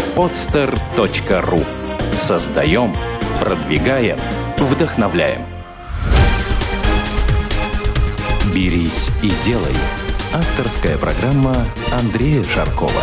podster.ru. Создаем, продвигаем, вдохновляем. «Берись и делай» – авторская программа Андрея Шаркова.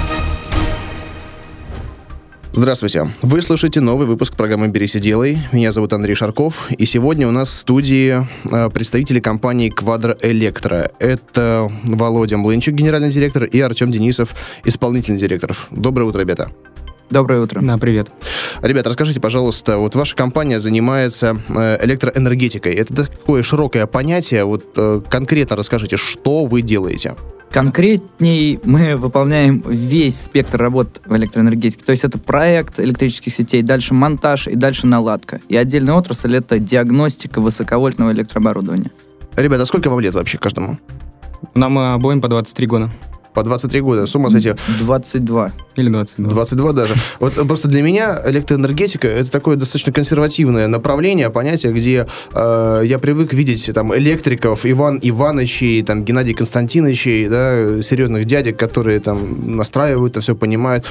Здравствуйте. Вы слушаете новый выпуск программы «Берись и делай». Меня зовут Андрей Шарков. И сегодня у нас в студии представители компании «Квадро Электро». Это Володя Млынчик, генеральный директор, и Артем Денисов, исполнительный директор. Доброе утро, ребята. Доброе утро. Да, привет. Ребята, расскажите, пожалуйста, вот ваша компания занимается электроэнергетикой. Это такое широкое понятие. Вот конкретно расскажите, что вы делаете? Конкретней мы выполняем весь спектр работ в электроэнергетике. То есть это проект электрических сетей, дальше монтаж и дальше наладка. И отдельная отрасль — это диагностика высоковольтного электрооборудования. Ребята, сколько вам лет вообще каждому? Нам обоим по 23 года. По 23 года, с ума сойти. 22. Или 22. 22 даже. Вот просто для меня электроэнергетика — это такое достаточно консервативное направление, понятие, где я привык видеть там электриков, Иван Ивановичей, там, Геннадий Константиновичей, да, серьезных дядек, которые там настраивают, это все понимают.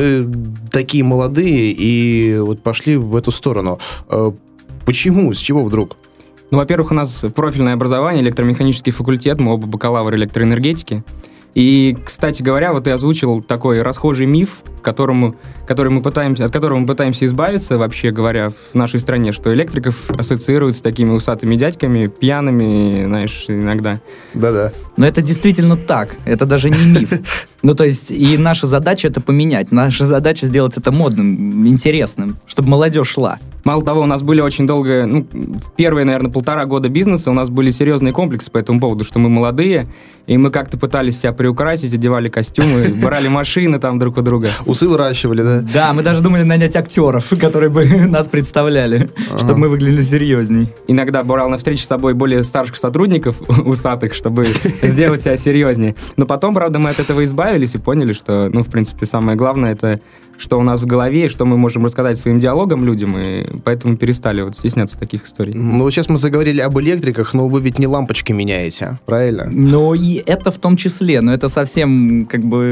Такие молодые и вот пошли в эту сторону. Почему? С чего вдруг? Ну, во-первых, у нас профильное образование, электромеханический факультет, мы оба бакалавры электроэнергетики. И, кстати говоря, вот ты озвучил такой расхожий миф, от которого мы пытаемся избавиться, вообще говоря, в нашей стране, что электриков ассоциируют с такими усатыми дядьками, пьяными, знаешь, иногда. Да-да. Но это действительно так, это даже не миф. Ну, то есть, и наша задача это поменять, наша задача сделать это модным, интересным, чтобы молодежь шла. Мало того, у нас были очень долго, первые, наверное, 1,5 года бизнеса, у нас были серьезные комплексы по этому поводу, что мы молодые, и мы как-то пытались себя приукрасить, одевали костюмы, брали машины там друг у друга. Усы выращивали, да? Да, мы даже думали нанять актеров, которые бы нас представляли, чтобы мы выглядели серьезней. Иногда брал на встречу с собой более старших сотрудников, усатых, чтобы сделать себя серьезнее. Но потом, правда, мы от этого избавились и поняли, что, в принципе, самое главное — это что у нас в голове, и что мы можем рассказать своим диалогом людям, и поэтому перестали стесняться таких историй. Ну, сейчас мы заговорили об электриках, но вы ведь не лампочки меняете, правильно? Ну, и это в том числе, но это совсем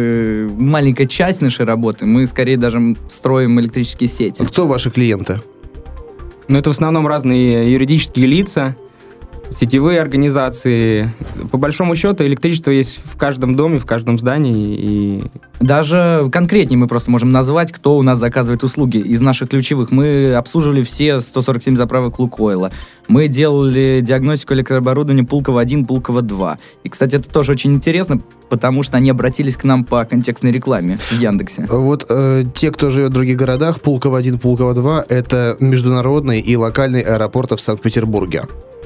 маленькая часть нашей работы. Мы скорее даже строим электрические сети. Кто ваши клиенты? Это в основном разные юридические лица, сетевые организации. По большому счету, электричество есть в каждом доме, в каждом здании. И... Даже конкретнее мы просто можем назвать, кто у нас заказывает услуги из наших ключевых. Мы обслуживали все 147 заправок «Лукойла». Мы делали диагностику электрооборудования Пулково-1, Пулково-2. И, кстати, это тоже очень интересно, потому что они обратились к нам по контекстной рекламе в Яндексе. Вот те, кто живет в других городах, Пулково-1, Пулково-2 — это международный и локальный аэропорты в Санкт-Петербурге.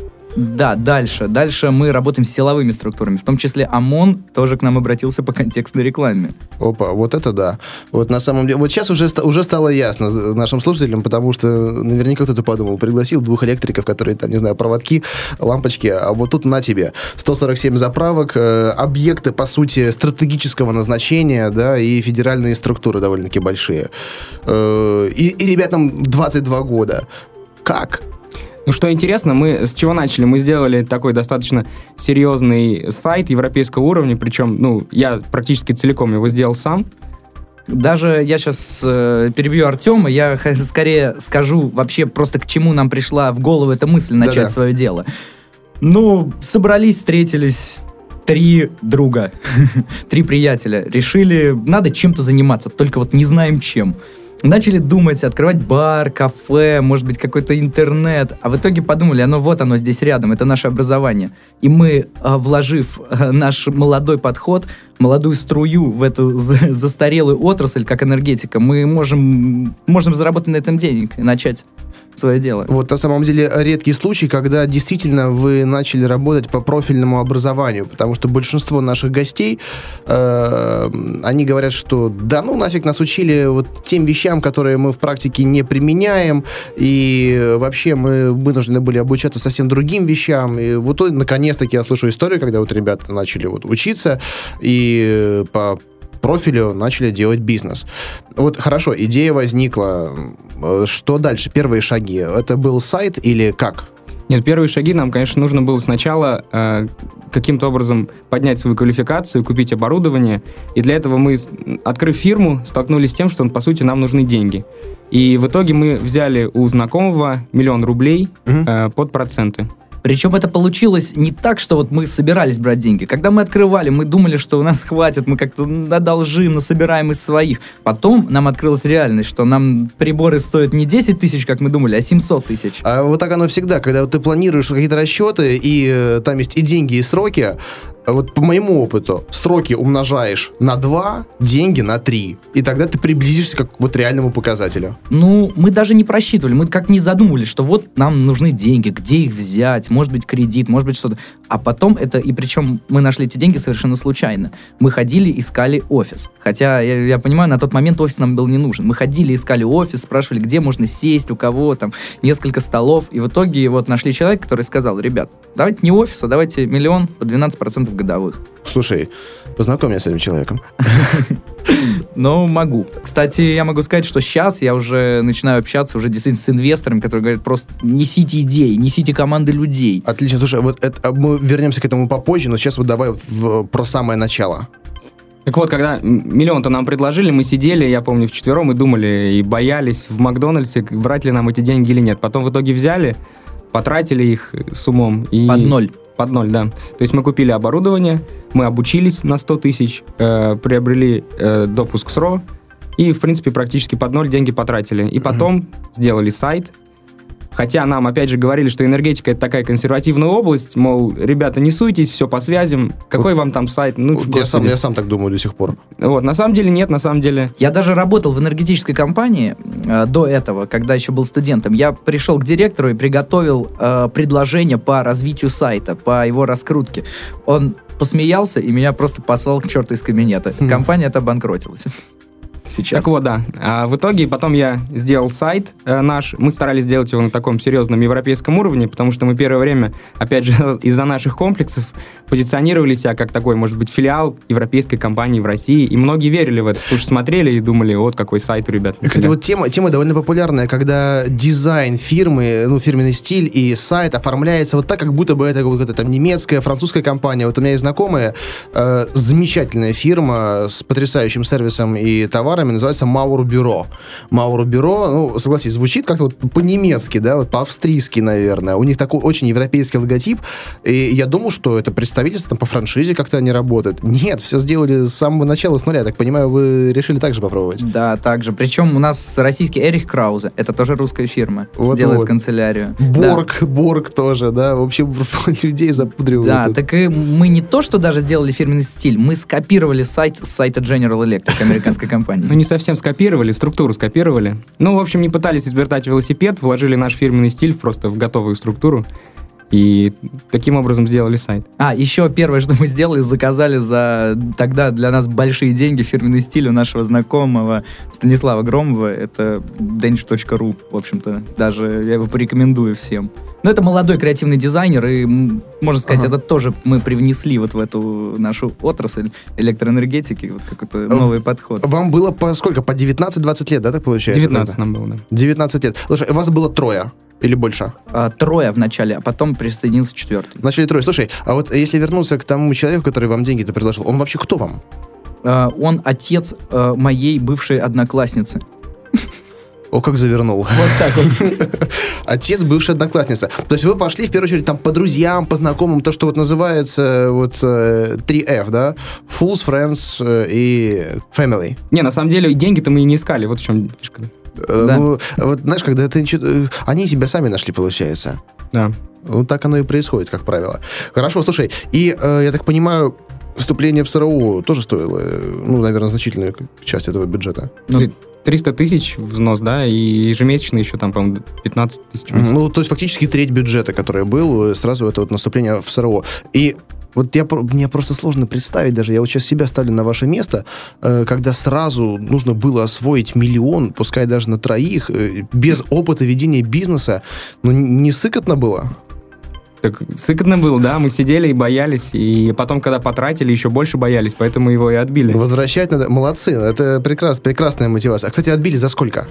Да, дальше мы работаем с силовыми структурами, в том числе ОМОН тоже к нам обратился по контекстной рекламе. Опа, вот это да. Вот на самом деле, вот сейчас уже стало ясно нашим слушателям, потому что наверняка кто-то подумал, пригласил 2 электриков, которые там, не знаю, проводки, лампочки, а вот тут на тебе 147 заправок, объекты, по сути, стратегического назначения, да, и федеральные структуры довольно-таки большие. И ребятам 22 года. Как? Что интересно, мы с чего начали? Мы сделали такой достаточно серьезный сайт европейского уровня, причем, я практически целиком его сделал сам. Даже я сейчас перебью Артема, я скорее скажу вообще просто, к чему нам пришла в голову эта мысль начать свое дело. Собрались, встретились 3 друга, 3 приятеля, решили, надо чем-то заниматься, только не знаем чем. Начали думать, открывать бар, кафе, может быть, какой-то интернет. А в итоге подумали, оно здесь рядом, это наше образование. И мы, вложив наш молодой подход, молодую струю в эту застарелую отрасль, как энергетика, мы можем заработать на этом денег и начать свое дело. Вот на самом деле редкий случай, когда действительно вы начали работать по профильному образованию, потому что большинство наших гостей, они говорят, что нафиг нас учили тем вещам, которые мы в практике не применяем, и вообще мы вынуждены были обучаться совсем другим вещам. И наконец-таки я слышу историю, когда ребята начали учиться, и по профилю начали делать бизнес. Хорошо, идея возникла. Что дальше? Первые шаги. Это был сайт или как? Нет, первые шаги нам, конечно, нужно было сначала каким-то образом поднять свою квалификацию, купить оборудование. И для этого мы, открыв фирму, столкнулись с тем, что, по сути, нам нужны деньги. И в итоге мы взяли у знакомого 1 000 000 рублей под проценты. Причем это получилось не так, что вот мы собирались брать деньги. Когда мы открывали, мы думали, что у нас хватит, мы как-то одолжим, насобираем из своих. Потом нам открылась реальность, что нам приборы стоят не 10 тысяч, как мы думали, а 700 тысяч. А вот так оно всегда, когда вот ты планируешь какие-то расчеты, и там есть и деньги, и сроки. Вот по моему опыту, сроки умножаешь на 2, деньги на 3. И тогда ты приблизишься к вот реальному показателю. Ну, мы даже не просчитывали, мы как не задумывались, что вот нам нужны деньги, где их взять, может быть кредит, может быть что-то. А потом это, и причем мы нашли эти деньги совершенно случайно. Мы ходили, искали офис. Хотя, я понимаю, на тот момент офис нам был не нужен. Мы ходили, искали офис, спрашивали, где можно сесть, у кого там несколько столов. И в итоге вот нашли человека, который сказал: ребят, давайте не офис, а давайте 1 000 000 по 12% годовых. Слушай, познакомь меня с этим человеком. Ну, могу. Кстати, я могу сказать, что сейчас я уже начинаю общаться уже действительно с инвесторами, которые говорят: просто несите идеи, несите команды людей. Отлично. Слушай, вот это, мы вернемся к этому попозже, но сейчас вот давай про самое начало. Так вот, когда 1 000 000-то нам предложили, мы сидели, я помню, вчетвером и думали, и боялись в Макдональдсе, брать ли нам эти деньги или нет. Потом в итоге взяли, потратили их с умом. И... Под ноль. Под ноль, да. То есть мы купили оборудование, мы обучились на 100 тысяч, приобрели допуск СРО и, в принципе, практически под ноль деньги потратили. И потом сделали сайт. Хотя нам, опять же, говорили, что энергетика — это такая консервативная область, мол, ребята, не суйтесь, все по связям, какой вам там сайт? Ну, я сам так думаю до сих пор. Вот, на самом деле нет, на самом деле... Я даже работал в энергетической компании до этого, когда еще был студентом. Я пришел к директору и приготовил предложение по развитию сайта, по его раскрутке. Он посмеялся и меня просто послал к черту из кабинета. Компания эта обанкротилась. Сейчас. Так вот, да. А в итоге потом я сделал сайт наш. Мы старались сделать его на таком серьезном европейском уровне, потому что мы первое время, опять же, из-за наших комплексов позиционировали себя как такой, может быть, филиал европейской компании в России. И многие верили в это, потому что смотрели и думали: вот какой сайт у ребят. Кстати, вот тема довольно популярная, когда дизайн фирмы, ну, фирменный стиль и сайт оформляется вот так, как будто бы это вот там немецкая, французская компания. Вот у меня есть знакомая, замечательная фирма с потрясающим сервисом и товарами, называется Mauro Бюро. Mauro Бюро, ну, согласись, звучит как-то вот по-немецки, да, вот по-австрийски, наверное. У них такой очень европейский логотип, и я думал, что это представительство там, по франшизе как-то они работают. Нет, все сделали с самого начала, с нуля. Я так понимаю, вы решили так же попробовать? Да, так же. Причем у нас российский Эрих Краузе, это тоже русская фирма, вот делает канцелярию. Борг тоже, да, в общем, людей запудривают. Да, так и мы не то, что даже сделали фирменный стиль, мы скопировали сайт с сайта General Electric, американской компании. Ну, не совсем скопировали, структуру скопировали. Ну, в общем, не пытались изобретать велосипед, вложили наш фирменный стиль просто в готовую структуру. И таким образом сделали сайт. Еще первое, что мы сделали, заказали за тогда для нас большие деньги фирменный стиль у нашего знакомого Станислава Громова. Это danish.ru, в общем-то. Даже я его порекомендую всем. Но это молодой креативный дизайнер, и, можно сказать, это тоже мы привнесли вот в эту нашу отрасль электроэнергетики, вот какой-то новый подход. Вам было сколько? По 19-20 лет, да, так получается? 19 нам было, да. 19 лет. Слушай, у вас было 3 или больше? 3 в начале, а потом присоединился 4. Вначале 3. Слушай, а вот если вернуться к тому человеку, который вам деньги-то предложил, он вообще кто вам? Он отец моей бывшей одноклассницы. О, как завернул. Вот так вот. Отец бывшей одноклассницы. То есть вы пошли, в первую очередь, там, по друзьям, по знакомым, то, что вот называется вот 3F, да? Fools, Friends и Family. Не, на самом деле, деньги-то мы и не искали. Вот в чем фишка. Да. Ну, вот, знаешь, когда ты... Они себя сами нашли, получается. Да. Ну, так оно и происходит, как правило. Хорошо, слушай, и, я так понимаю, вступление в СРО тоже стоило, ну, наверное, значительную часть этого бюджета. 300 тысяч взнос, да, и ежемесячно еще там, по-моему, 15 тысяч. Ну, то есть фактически треть бюджета, который был, сразу это вот наступление в СРО. И вот мне просто сложно представить даже, я вот сейчас себя ставлю на ваше место, когда сразу нужно было освоить 1 000 000, пускай даже на 3, без опыта ведения бизнеса. Ну, не сыкотно было? Так сыкотно было, да, мы сидели и боялись, и потом, когда потратили, еще больше боялись, поэтому его и отбили. Возвращать надо, молодцы, это прекрасная мотивация. А, кстати, отбили за сколько?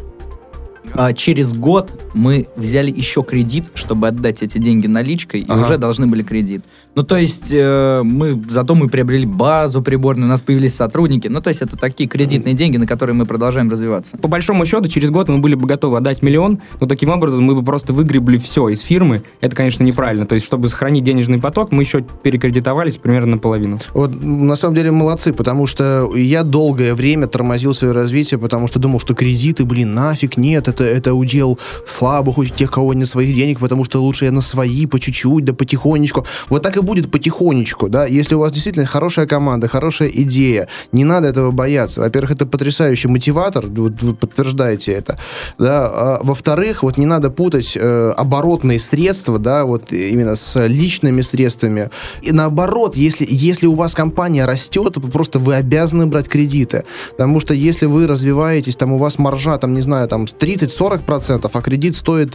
Через год мы взяли еще кредит, чтобы отдать эти деньги наличкой, и уже должны были кредит. Ну, то есть, зато мы приобрели базу приборную, у нас появились сотрудники. Ну, то есть, это такие кредитные деньги, на которые мы продолжаем развиваться. По большому счету, через год мы были бы готовы отдать 1 миллион, но таким образом мы бы просто выгребли все из фирмы. Это, конечно, неправильно. То есть, чтобы сохранить денежный поток, мы еще перекредитовались примерно наполовину. Вот, на самом деле, молодцы, потому что я долгое время тормозил свое развитие, потому что думал, что кредиты, нафиг, нет, это удел слабых, у тех, кого нет своих денег, потому что лучше я на свои, по чуть-чуть, да потихонечку. Вот так и будет потихонечку, да, если у вас действительно хорошая команда, хорошая идея, не надо этого бояться. Во-первых, это потрясающий мотиватор, вот вы подтверждаете это, да, а во-вторых, вот не надо путать оборотные средства, да, вот именно с личными средствами. И наоборот, если у вас компания растет, то просто вы обязаны брать кредиты, потому что если вы развиваетесь, там у вас маржа, там, не знаю, там 30-40%, а кредит стоит,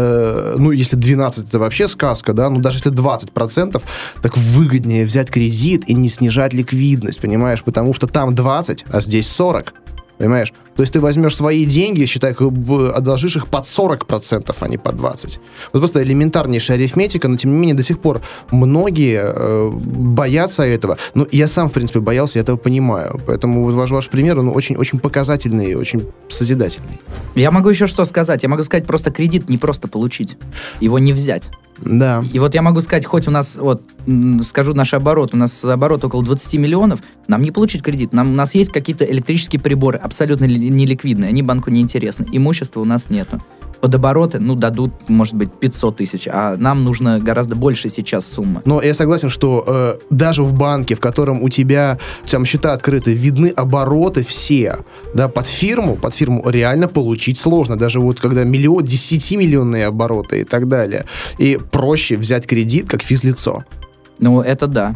если 12, это вообще сказка, да, даже если 20%, так выгоднее взять кредит и не снижать ликвидность, понимаешь, потому что там 20, а здесь 40. Понимаешь? То есть ты возьмешь свои деньги, считай, одолжишь их под 40%, а не под 20%. Вот просто элементарнейшая арифметика, но тем не менее до сих пор многие боятся этого. Ну, я сам, в принципе, боялся, я этого понимаю. Поэтому вот ваш пример, он очень-очень показательный, очень созидательный. Я могу еще что сказать? Я могу сказать, просто кредит не просто получить, его не взять. Да. И вот я могу сказать, хоть у нас, скажу наш оборот, у нас оборот около 20 миллионов, нам не получить кредит. У нас есть какие-то электрические приборы, абсолютно неликвидные, они банку не интересны. Имущества у нас нету. Под обороты, дадут, может быть, 500 тысяч, а нам нужно гораздо больше сейчас сумма. Но я согласен, что даже в банке, в котором у тебя там счета открыты, видны обороты все, да, под фирму реально получить сложно, даже вот когда 10-миллионные обороты и так далее. И проще взять кредит как физлицо. Ну, это да.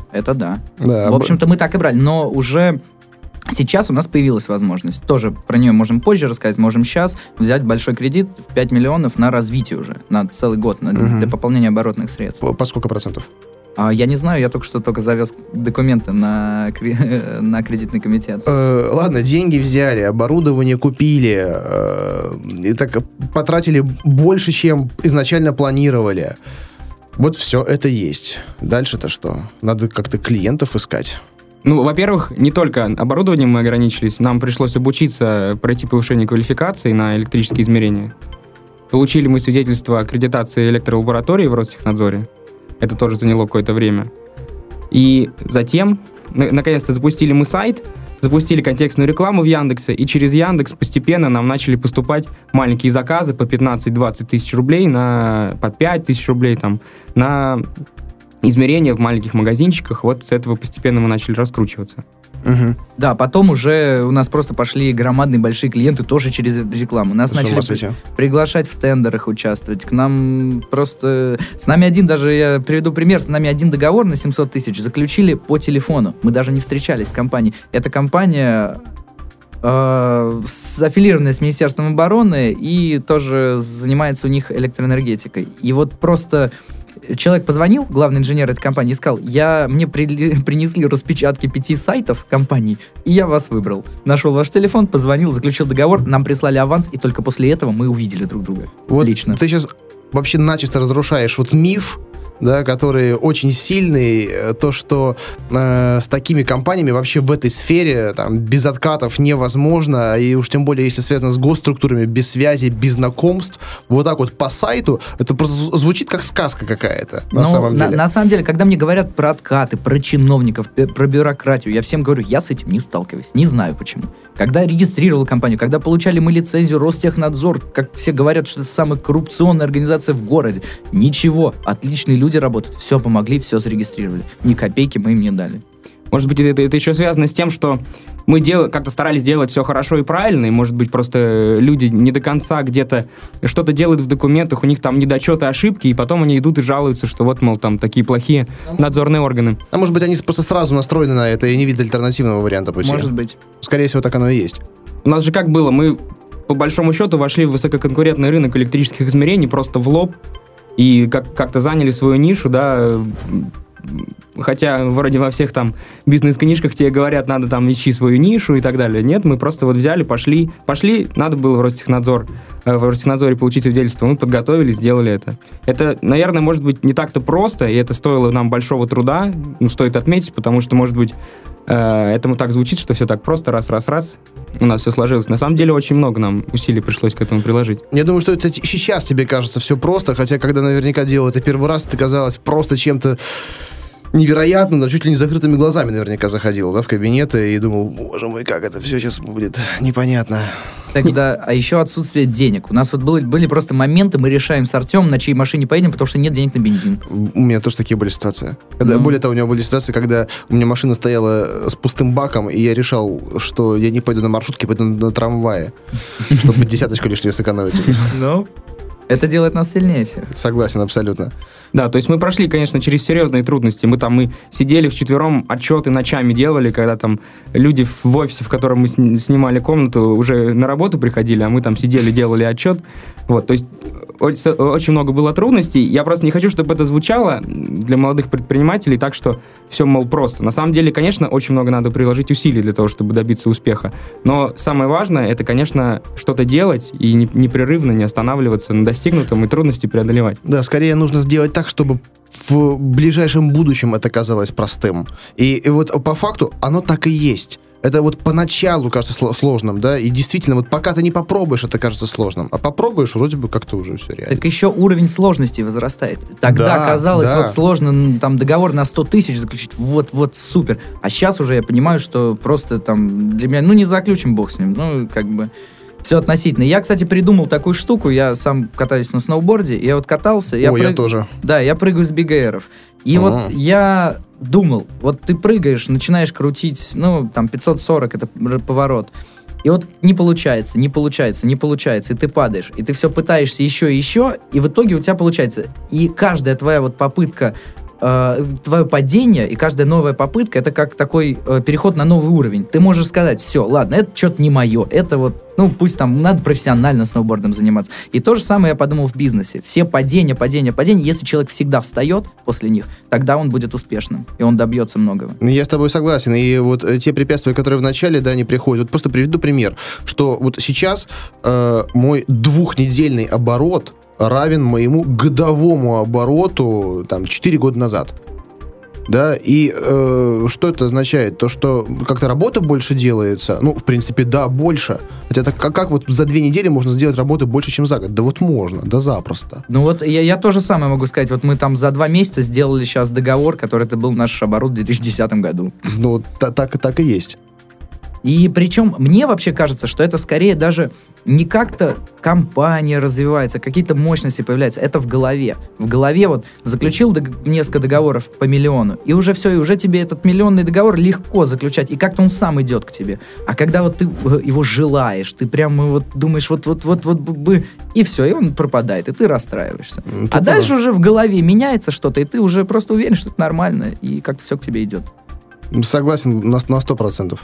В общем-то, мы так и брали, но уже... Сейчас у нас появилась возможность, тоже про нее можем позже рассказать, можем сейчас взять большой кредит в 5 миллионов на развитие уже, на целый год, для пополнения оборотных средств. По сколько процентов? Я не знаю, я только завез документы на кредитный комитет. Ладно, деньги взяли, оборудование купили, и так потратили больше, чем изначально планировали. Вот все это есть. Дальше-то что? Надо как-то клиентов искать. Во-первых, не только оборудованием мы ограничились, нам пришлось обучиться, пройти повышение квалификации на электрические измерения. Получили мы свидетельство аккредитации электролаборатории в Ростехнадзоре. Это тоже заняло какое-то время. И затем, наконец-то, запустили мы сайт, запустили контекстную рекламу в Яндексе, и через Яндекс постепенно нам начали поступать маленькие заказы по 15-20 тысяч рублей, по 5 тысяч рублей на измерения в маленьких магазинчиках. Вот с этого постепенно мы начали раскручиваться. Угу. Да, потом уже у нас просто пошли громадные большие клиенты тоже через рекламу. Нас начали приглашать в тендерах участвовать. К нам просто... С нами я приведу пример, с нами один договор на 700 тысяч заключили по телефону. Мы даже не встречались с компанией. Эта компания... аффилированная с Министерством обороны и тоже занимается у них электроэнергетикой. И вот просто... Человек позвонил, главный инженер этой компании, и сказал, мне принесли распечатки 5 сайтов компании, и я вас выбрал. Нашел ваш телефон, позвонил, заключил договор, нам прислали аванс, и только после этого мы увидели друг друга. Вот лично. Ты сейчас вообще начисто разрушаешь миф, да, который очень сильный, то, что с такими компаниями вообще в этой сфере без откатов невозможно, и уж тем более, если связано с госструктурами, без связи, без знакомств, вот так вот по сайту, это просто звучит как сказка какая-то, на самом деле. На самом деле, когда мне говорят про откаты, про чиновников, про бюрократию, я всем говорю, я с этим не сталкиваюсь, не знаю почему. Когда регистрировал компанию, когда получали мы лицензию Ростехнадзор, как все говорят, что это самая коррупционная организация в городе, ничего, отличные люди работают, все помогли, все зарегистрировали. Ни копейки мы им не дали. Может быть, это еще связано с тем, что мы как-то старались делать все хорошо и правильно, и, может быть, просто люди не до конца где-то что-то делают в документах, у них там недочеты, ошибки, и потом они идут и жалуются, что вот, мол, там такие плохие надзорные органы. А может быть, они просто сразу настроены на это и не видят альтернативного варианта пути? Может быть. Скорее всего, так оно и есть. У нас же как было, мы по большому счету вошли в высококонкурентный рынок электрических измерений просто в лоб, и как-то заняли свою нишу, да, хотя вроде во всех там бизнес-книжках тебе говорят, надо там ищи свою нишу и так далее. Нет, мы просто вот взяли, пошли, надо было в Ростехнадзоре получить свидетельство, мы подготовили, сделали это. Это, наверное, может быть не так-то просто, и это стоило нам большого труда, стоит отметить, потому что, может быть, этому так звучит, что все так просто, раз, у нас все сложилось. На самом деле, очень много нам усилий пришлось к этому приложить. Я думаю, что это сейчас тебе кажется все просто, хотя, когда наверняка делал это первый раз, это казалось просто чем-то невероятным, да, чуть ли не закрытыми глазами наверняка заходил, да, в кабинеты и думал, боже мой, как это все сейчас будет непонятно. Тогда, а еще отсутствие денег. У нас вот были просто моменты, мы решаем с Артемом, на чьей машине поедем, потому что нет денег на бензин. У меня тоже такие были ситуации. Более того, у него были ситуации, когда у меня машина стояла с пустым баком, и я решал, что я не пойду на маршрутке, пойду на трамвае, чтобы десяточку лишнюю сэкономить. Ну, это делает нас сильнее всех. Согласен, абсолютно. Да, то есть мы прошли, конечно, через серьезные трудности. Мы сидели вчетвером, отчеты ночами делали, когда там люди в офисе, в котором мы снимали комнату, уже на работу приходили, а мы там сидели, делали отчет. Вот, то есть очень много было трудностей. Я просто не хочу, чтобы это звучало для молодых предпринимателей так, что все, мол, просто. На самом деле, конечно, очень много надо приложить усилий для того, чтобы добиться успеха. Но самое важное, это, конечно, что-то делать и непрерывно не останавливаться на достигнутом и трудности преодолевать. Да, скорее нужно сделать так, чтобы в ближайшем будущем это казалось простым. И вот по факту оно так и есть. Это вот поначалу кажется сложным, да, и действительно, вот пока ты не попробуешь, это кажется сложным, а попробуешь, вроде бы как-то уже все реально. Так еще уровень сложности возрастает. Тогда казалось, вот сложно там договор на 100 тысяч заключить, вот супер. А сейчас уже я понимаю, что просто там для меня, не заключим, бог с ним, как бы все относительно. Я, кстати, придумал такую штуку, я сам катаюсь на сноуборде, я вот катался. Я тоже. Да, я прыгаю с БГРов. И вот я думал, вот ты прыгаешь, начинаешь крутить, там 540, это поворот. И вот не получается, и ты падаешь, и ты все пытаешься еще, и в итоге у тебя получается. И каждая твоя вот попытка, твое падение и каждая новая попытка, это как такой переход на новый уровень. Ты можешь сказать, все, ладно, это что-то не мое, это вот, пусть там надо профессионально сноубордом заниматься. И то же самое я подумал в бизнесе. Все падения, если человек всегда встает после них, тогда он будет успешным, и он добьется многого. Я с тобой согласен, и вот те препятствия, которые в начале, не приходят. Вот просто приведу пример, что вот сейчас мой 2-недельный оборот равен моему годовому обороту 4 года назад. Да, и что это означает? То, что как-то работа больше делается? В принципе, да, больше. Хотя как вот за 2 недели можно сделать работы больше, чем за год? Да вот можно, да запросто. Я то же самое могу сказать. Вот мы там за 2 месяца сделали сейчас договор, который это был наш оборот в 2010 году. Так и есть. И причем мне вообще кажется, что это скорее даже не как-то компания развивается, какие-то мощности появляются, это в голове. В голове вот заключил несколько договоров по миллиону, и уже все, и уже тебе этот миллионный договор легко заключать, и как-то он сам идет к тебе. А когда вот ты его желаешь, ты прямо вот думаешь вот бы, и все, и он пропадает, и ты расстраиваешься. Дальше уже в голове меняется что-то, и ты уже просто уверен, что это нормально, и как-то все к тебе идет. Согласен на 100%.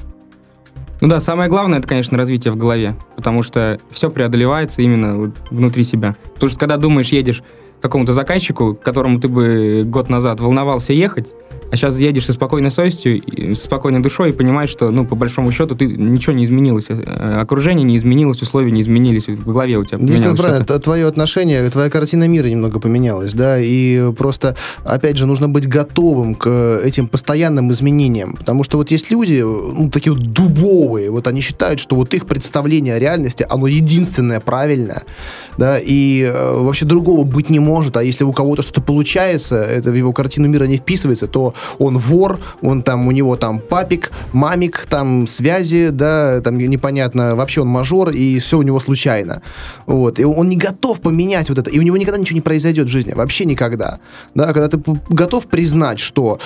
Самое главное, это, конечно, развитие в голове, потому что все преодолевается именно внутри себя. Потому что когда думаешь, едешь к какому-то заказчику, к которому ты бы год назад волновался ехать, а сейчас едешь со спокойной совестью, со спокойной душой и понимаешь, что, по большому счету, ничего не изменилось. Окружение не изменилось, условия не изменились, в голове у тебя поменялось что-то. Правильно, твое отношение, твоя картина мира немного поменялась, да, и просто, опять же, нужно быть готовым к этим постоянным изменениям, потому что вот есть люди, такие вот дубовые, вот они считают, что вот их представление о реальности, оно единственное правильное, да, и вообще другого быть не может, а если у кого-то что-то получается, это в его картину мира не вписывается, то он вор, у него там папик, мамик, там связи, да, там непонятно, вообще он мажор, и все у него случайно. Вот. И он не готов поменять вот это, и у него никогда ничего не произойдет в жизни, вообще никогда. Да, когда ты готов признать, что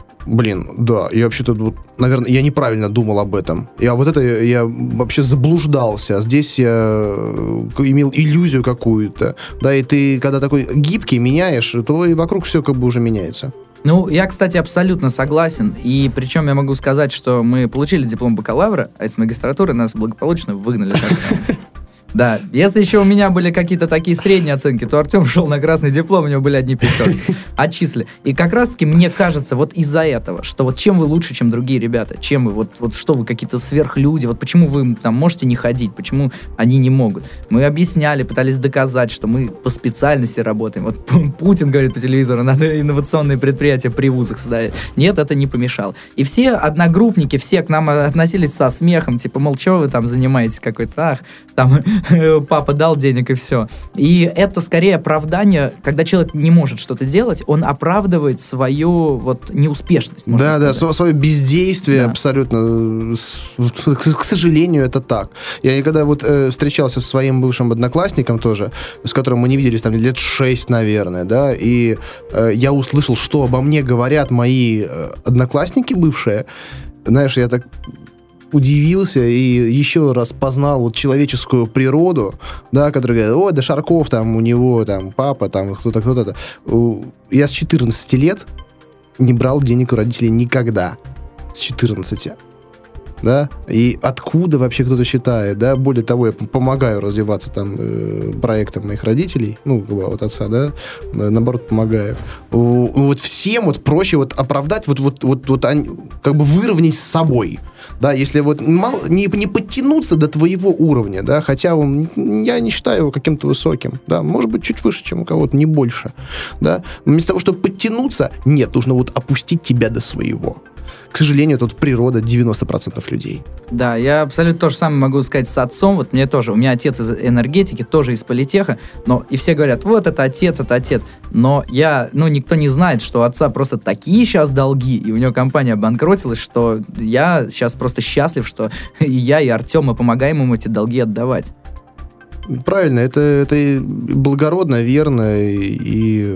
да, я вообще-то, наверное, я неправильно думал об этом. Я вообще заблуждался. Здесь я имел иллюзию какую-то. Да, и ты, когда такой гибкий меняешь, то и вокруг все как бы уже меняется. Я, кстати, абсолютно согласен. И причем я могу сказать, что мы получили диплом бакалавра, а из магистратуры нас благополучно выгнали с Артемом. Да, если еще у меня были какие-то такие средние оценки, то Артем шел на красный диплом, у него были одни пятерки. Отчисли. И как раз-таки мне кажется, вот из-за этого, что вот чем вы лучше, чем другие ребята, чем вы, вот что вы какие-то сверхлюди, вот почему вы там можете не ходить, почему они не могут. Мы объясняли, пытались доказать, что мы по специальности работаем. Вот Путин говорит по телевизору, надо инновационные предприятия при вузах создать. Нет, это не помешало. И все одногруппники, все к нам относились со смехом, типа, мол, что вы там занимаетесь какой-то, там папа дал денег и все. И это скорее оправдание, когда человек не может что-то делать, он оправдывает свою вот неуспешность. Да, свое бездействие абсолютно. К сожалению, это так. Я когда вот встречался со своим бывшим одноклассником тоже, с которым мы не виделись там лет 6, наверное, да, и я услышал, что обо мне говорят мои одноклассники бывшие. Знаешь, я так удивился и еще раз познал вот человеческую природу, да, который говорит, ой, да Шарков, там, у него, там, папа, там, кто-то. Я с 14 лет не брал денег у родителей никогда. С 14. Да, и откуда вообще кто-то считает, да, более того, я помогаю развиваться там проектам моих родителей, ну, вот отца, да, наоборот, помогаю. Вот всем вот проще вот оправдать, вот как бы выровнять с собой, да, если вот не подтянуться до твоего уровня, да, хотя я не считаю его каким-то высоким, да, может быть, чуть выше, чем у кого-то, не больше, да, вместо того, чтобы подтянуться, нет, нужно вот опустить тебя до своего. К сожалению, тут природа 90% людей. Да, я абсолютно то же самое могу сказать с отцом. Вот мне тоже, у меня отец из энергетики, тоже из политеха, но и все говорят, вот это отец. Но никто не знает, что у отца просто такие сейчас долги, и у него компания обанкротилась, что я сейчас просто счастлив, что и я, и Артем, мы помогаем ему эти долги отдавать. Правильно, это благородно, верно и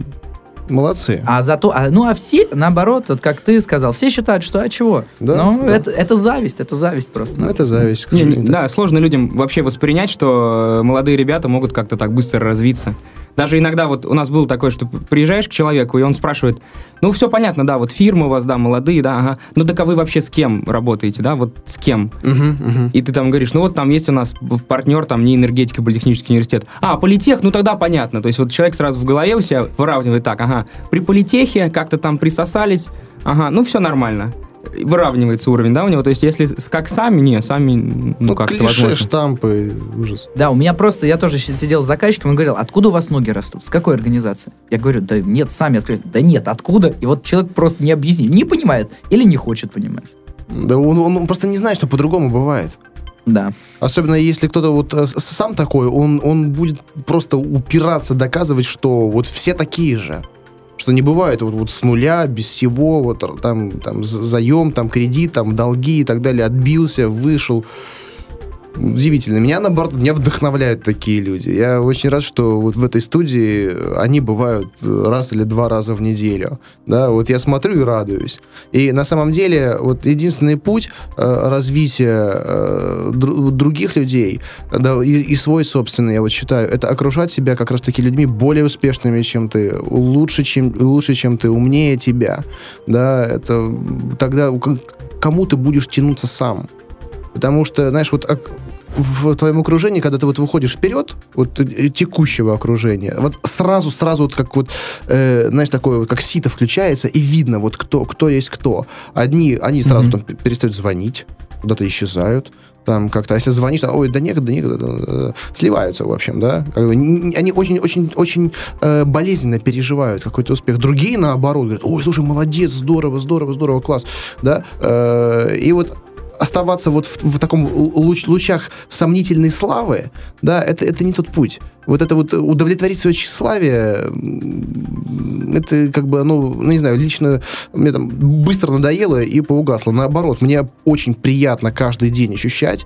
молодцы. А все, наоборот, вот как ты сказал, все считают, что чего? Да, это зависть просто. Это зависть. Да, сложно людям вообще воспринять, что молодые ребята могут как-то так быстро развиться. Даже иногда вот у нас было такое, что приезжаешь к человеку, и он спрашивает, ну, все понятно, да, вот фирмы у вас, да, молодые, да, ага, ну, так а вы вообще с кем работаете, да, вот с кем? И ты там говоришь, ну, вот там есть у нас партнер, там, не энергетика, политехнический университет. А, политех, ну, тогда понятно. То есть вот человек сразу в голове у себя выравнивает так, ага, при политехе как-то там присосались, ага, ну, все нормально. Выравнивается уровень, да, у него? То есть, если как сами, как-то возможно. Клише, штампы, ужас. Да, у меня просто, я тоже сидел с заказчиком и говорил, откуда у вас ноги растут? С какой организации? Я говорю, да нет, сами открыли. Да нет, откуда? И вот человек просто не объяснит, не понимает или не хочет понимать. Да он просто не знает, что по-другому бывает. Да. Особенно если кто-то вот сам такой, он будет просто упираться, доказывать, что вот все такие же. Что не бывает вот с нуля, без всего, вот там заем, там кредит, там долги и так далее, отбился, вышел. Удивительно. Меня, наоборот, вдохновляют такие люди. Я очень рад, что вот в этой студии они бывают раз или 2 раза в неделю. Да, вот я смотрю и радуюсь. И на самом деле вот единственный путь развития других людей, да, и свой собственный, я вот считаю, это окружать себя как раз-таки людьми более успешными, чем ты, лучше, чем ты, умнее тебя. Да, это тогда кому ты будешь тянуться сам. Потому что, знаешь, вот в твоем окружении, когда ты вот выходишь вперед, вот текущего окружения, вот сразу вот как вот, знаешь, такое вот, как сито включается, и видно вот кто есть кто. Они сразу там перестают звонить, куда-то исчезают, там как-то, а если звонишь, там, ой, да некогда, сливаются, в общем, да. Они очень болезненно переживают какой-то успех. Другие, наоборот, говорят, ой, слушай, молодец, здорово, класс, да. И вот оставаться вот в таком лучах сомнительной славы, да, это не тот путь. Вот это вот удовлетворить свое тщеславие, это как бы, не знаю, лично мне там быстро надоело и поугасло. Наоборот, мне очень приятно каждый день ощущать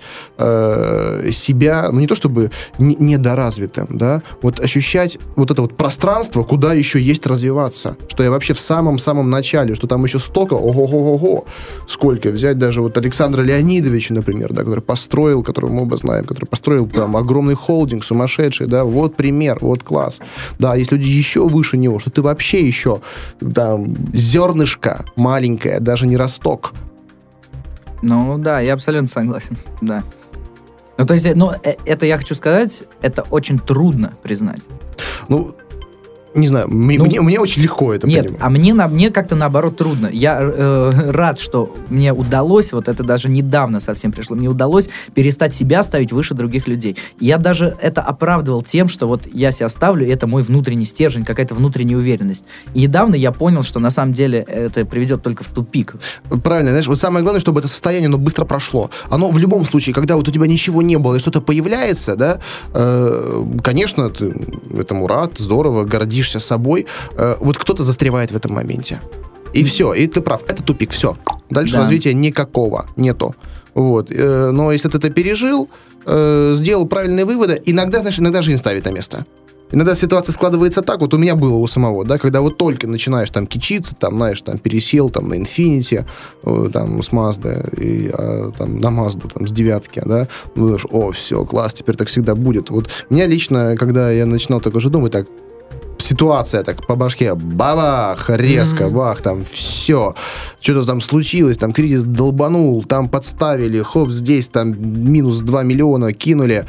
себя, не то чтобы недоразвитым, да, вот ощущать вот это вот пространство, куда еще есть развиваться, что я вообще в самом-самом начале, что там еще столько, ого-го-го, сколько взять даже вот Александра Леонидовича, например, да, которого мы оба знаем, который построил там огромный холдинг сумасшедший, да, вот пример, вот класс. Да, есть люди еще выше него, что ты вообще еще там зернышко маленькое, даже не росток. Ну да, я абсолютно согласен, да. Ну, то есть, это я хочу сказать, это очень трудно признать. Ну, не знаю, мне очень легко это понимать. Нет, а мне как-то наоборот трудно. Я рад, что мне удалось, вот это даже недавно совсем пришло, мне удалось перестать себя ставить выше других людей. Я даже это оправдывал тем, что вот я себя ставлю, и это мой внутренний стержень, какая-то внутренняя уверенность. И недавно я понял, что на самом деле это приведет только в тупик. Правильно, знаешь, вот самое главное, чтобы это состояние, оно быстро прошло. Оно в любом случае, когда вот у тебя ничего не было, и что-то появляется, да, конечно, ты этому рад, здорово, гордишься собой, вот кто-то застревает в этом моменте. И все, и ты прав, это тупик, все. Дальше развития никакого нету. Вот. Но если ты это пережил, сделал правильные выводы, иногда жизнь ставит на место. Иногда ситуация складывается так, вот у меня было у самого, да, когда вот только начинаешь там кичиться, там, знаешь, там, пересел там на Infiniti, там, с Mazda, там, на Mazda, там, с 9, да, думаешь, все, класс, теперь так всегда будет. Вот меня лично, когда я начинал так уже думать, так, ситуация так по башке, бабах, резко, бах, там все, что-то там случилось, там кризис долбанул, там подставили, хоп, здесь там минус 2 миллиона кинули,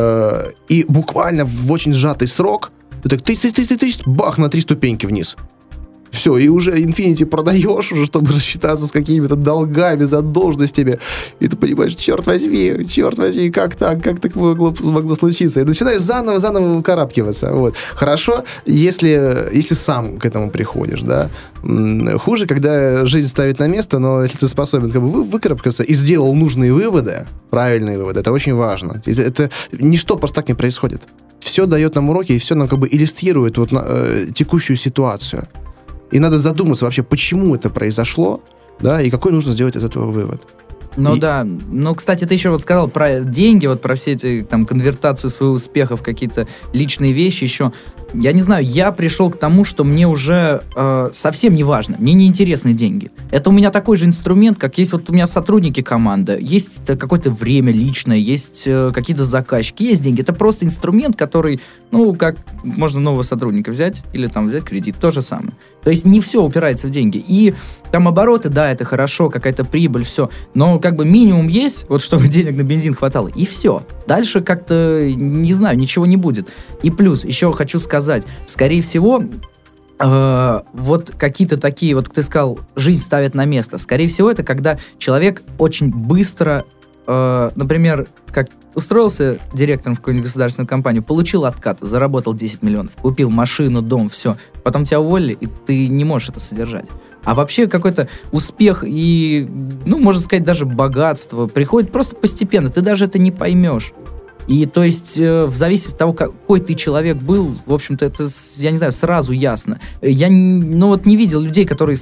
и буквально в очень сжатый срок ты так, бах, на 3 ступеньки вниз. Все, и уже Infiniti продаешь уже, чтобы рассчитаться с какими-то долгами, задолженностями. И ты понимаешь, черт возьми, как так могло случиться? И начинаешь заново выкарабкиваться. Вот. Хорошо, если сам к этому приходишь, да. Хуже, когда жизнь ставит на место, но если ты способен как бы выкарабкаться и сделал нужные выводы, правильные выводы, это очень важно. Это ничто просто так не происходит. Все дает нам уроки, и все нам как бы иллюстрирует вот, текущую ситуацию. И надо задуматься вообще, почему это произошло, да, и какой нужно сделать из этого вывод. Да. Ну, кстати, ты еще вот сказал про деньги, вот про все эти, там, конвертацию своего успеха в какие-то личные вещи еще. Я не знаю, я пришел к тому, что мне уже совсем не важно, мне не интересны деньги. Это у меня такой же инструмент, как есть вот у меня сотрудники команды, есть какое-то время личное, есть какие-то заказчики, есть деньги. Это просто инструмент, который, ну, как можно нового сотрудника взять или там взять кредит, то же самое. То есть не все упирается в деньги. И там обороты, да, это хорошо, какая-то прибыль, все. Но как бы минимум есть, вот чтобы денег на бензин хватало, и все. Дальше как-то, не знаю, ничего не будет. И плюс, еще хочу сказать, скорее всего, вот какие-то такие, вот ты сказал, жизнь ставит на место. Скорее всего, это когда человек очень быстро, например, как устроился директором в какую-нибудь государственную компанию, получил откат, заработал 10 миллионов, купил машину, дом, все. Потом тебя уволили, и ты не можешь это содержать. А вообще какой-то успех и, ну, можно сказать, даже богатство приходит просто постепенно. Ты даже это не поймешь. И то есть в зависимости от того, какой ты человек был, в общем-то, это, я не знаю, сразу ясно. Я, не видел людей, которые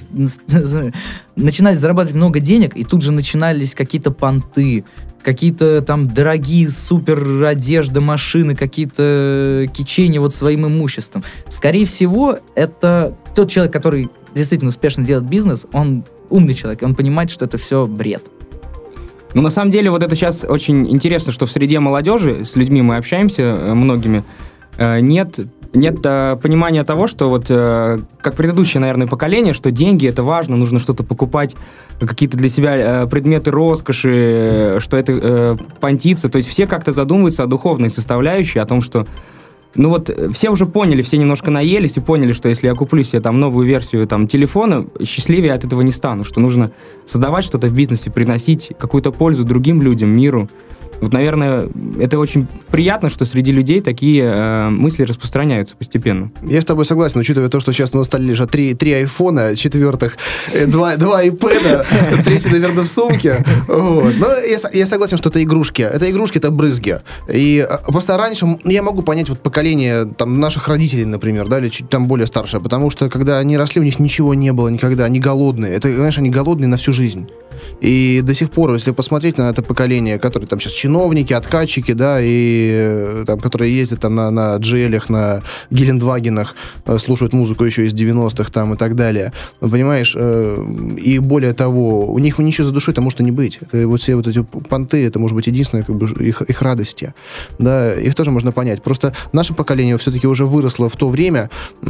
начинали зарабатывать много денег, и тут же начинались какие-то понты, какие-то там дорогие супер одежда, машины, какие-то кичения вот своим имуществом. Скорее всего, это тот человек, который действительно успешно делает бизнес, он умный человек, и он понимает, что это все бред. Ну, на самом деле, вот это сейчас очень интересно, что в среде молодежи, с людьми мы общаемся, многими, нет понимания того, что вот как предыдущее, наверное, поколение, что деньги — это важно, нужно что-то покупать, какие-то для себя предметы роскоши, что это понтиться. То есть все как-то задумываются о духовной составляющей, о том, что ну вот все уже поняли, все немножко наелись и поняли, что если я куплю себе там новую версию там телефона, счастливее от этого не стану, что нужно создавать что-то в бизнесе, приносить какую-то пользу другим людям, миру. Вот, наверное, это очень приятно, что среди людей такие мысли распространяются постепенно. Я с тобой согласен, учитывая то, что сейчас на столе лежат 3 айфона, 4-х, 2 iPad, 3, наверное, в сумке. Вот. Но я согласен, что это игрушки. Это брызги. И просто раньше я могу понять вот поколение там, наших родителей, например, да, или чуть там более старшее, потому что когда они росли, у них ничего не было никогда, они голодные. Это, знаешь, они голодные на всю жизнь. И до сих пор, если посмотреть на это поколение, которые там сейчас чиновники, откатчики, да, и там, которые ездят там на джелях, на Гелендвагенах, слушают музыку еще из 90-х там и так далее, понимаешь, и более того, у них ничего за душой-то может и не быть. Это вот все вот эти понты, это может быть единственное как бы их радости, да, их тоже можно понять. Просто наше поколение все-таки уже выросло в то время,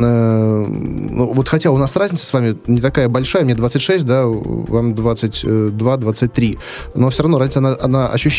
вот хотя у нас разница с вами не такая большая, мне 26, да, вам 22-23, но все равно разница, она ощущается,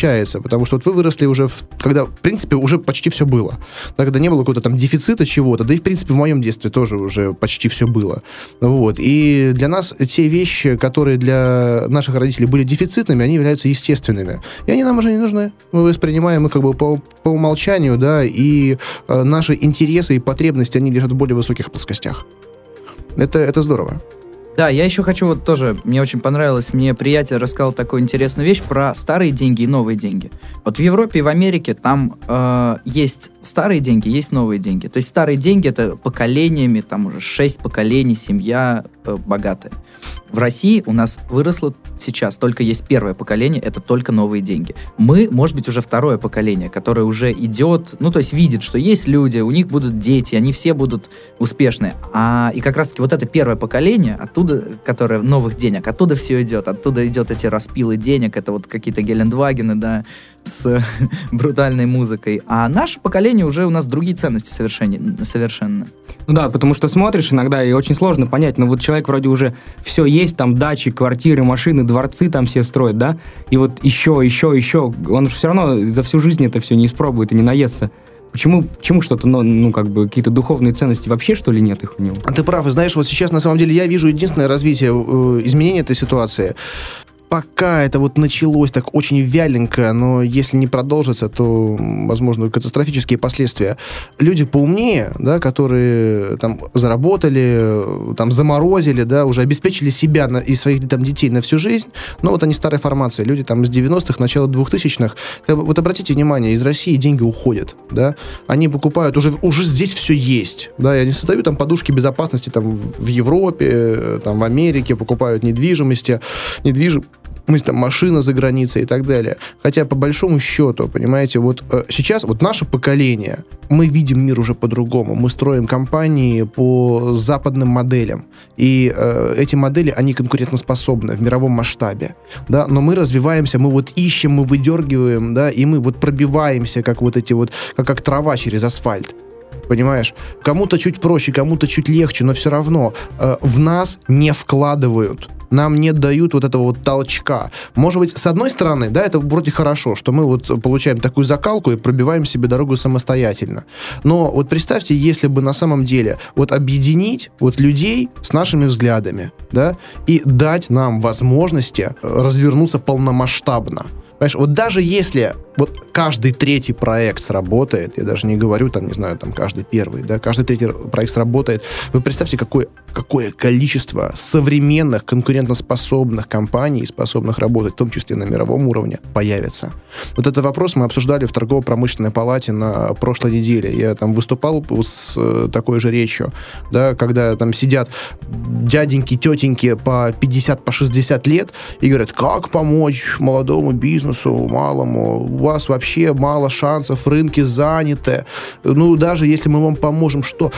потому что вот вы выросли уже, когда, в принципе, уже почти все было. Да, когда не было какого-то там дефицита чего-то, да и, в принципе, в моем детстве тоже уже почти все было. Вот. И для нас те вещи, которые для наших родителей были дефицитными, они являются естественными. И они нам уже не нужны. Мы воспринимаем их как бы по умолчанию, да, и наши интересы и потребности, они лежат в более высоких плоскостях. Это здорово. Да, я еще хочу вот тоже, мне очень понравилось, мне приятель рассказал такую интересную вещь про старые деньги и новые деньги. Вот в Европе и в Америке там есть старые деньги, есть новые деньги. То есть старые деньги — это поколениями, там уже 6 поколений, семья богатая. В России у нас выросло сейчас, только есть первое поколение, это только новые деньги. Мы, может быть, уже второе поколение, которое уже идет, ну, то есть видит, что есть люди, у них будут дети, они все будут успешные. И как раз-таки вот это первое поколение, оттуда, которое новых денег, оттуда все идет, оттуда идет эти распилы денег, это вот какие-то Гелендвагены, да, с брутальной музыкой. А наше поколение уже у нас другие ценности совершенно. Ну да, потому что смотришь иногда, и очень сложно понять, но вот человек вроде уже все есть, там дачи, квартиры, машины, дворцы там все строят, да, и вот еще, он же все равно за всю жизнь это все не испробует и не наестся. Почему что-то, ну, как бы, какие-то духовные ценности вообще, что ли, нет их у него? Ты прав, и знаешь, вот сейчас, на самом деле, я вижу единственное развитие, изменение этой ситуации. Пока это вот началось так очень вяленько, но если не продолжится, то, возможно, катастрофические последствия. Люди поумнее, да, которые там заработали, там заморозили, да, уже обеспечили себя и своих там детей на всю жизнь, но вот они старой формации, люди там с 90-х, начала 2000-х. Вот обратите внимание, из России деньги уходят, да, они покупают, уже здесь все есть, да, и они создают там подушки безопасности там в Европе, там в Америке, покупают недвижимость, там машина за границей и так далее. Хотя, по большому счету, понимаете, вот сейчас вот наше поколение, мы видим мир уже по-другому. Мы строим компании по западным моделям. И эти модели, они конкурентоспособны в мировом масштабе. Да? Но мы развиваемся, мы вот ищем, мы выдергиваем, да, и мы вот пробиваемся, как вот эти вот, как трава через асфальт. Понимаешь? Кому-то чуть проще, кому-то чуть легче, но все равно в нас не вкладывают. Нам не дают вот этого вот толчка. Может быть, с одной стороны, да, это вроде хорошо, что мы вот получаем такую закалку и пробиваем себе дорогу самостоятельно. Но вот представьте, если бы на самом деле вот объединить вот людей с нашими взглядами, да, и дать нам возможности развернуться полномасштабно. Понимаешь, вот даже если вот каждый третий проект сработает, я даже не говорю, там, не знаю, там, каждый первый, да, каждый третий проект сработает, вы представьте, какое количество современных, конкурентоспособных компаний, способных работать, в том числе на мировом уровне, появится. Вот этот вопрос мы обсуждали в торгово-промышленной палате на прошлой неделе. Я там выступал с такой же речью, да, когда там сидят дяденьки, тетеньки по 50, по 60 лет и говорят, как помочь молодому бизнесу, малому, у вас вообще мало шансов, рынки заняты, ну, даже если мы вам поможем, что?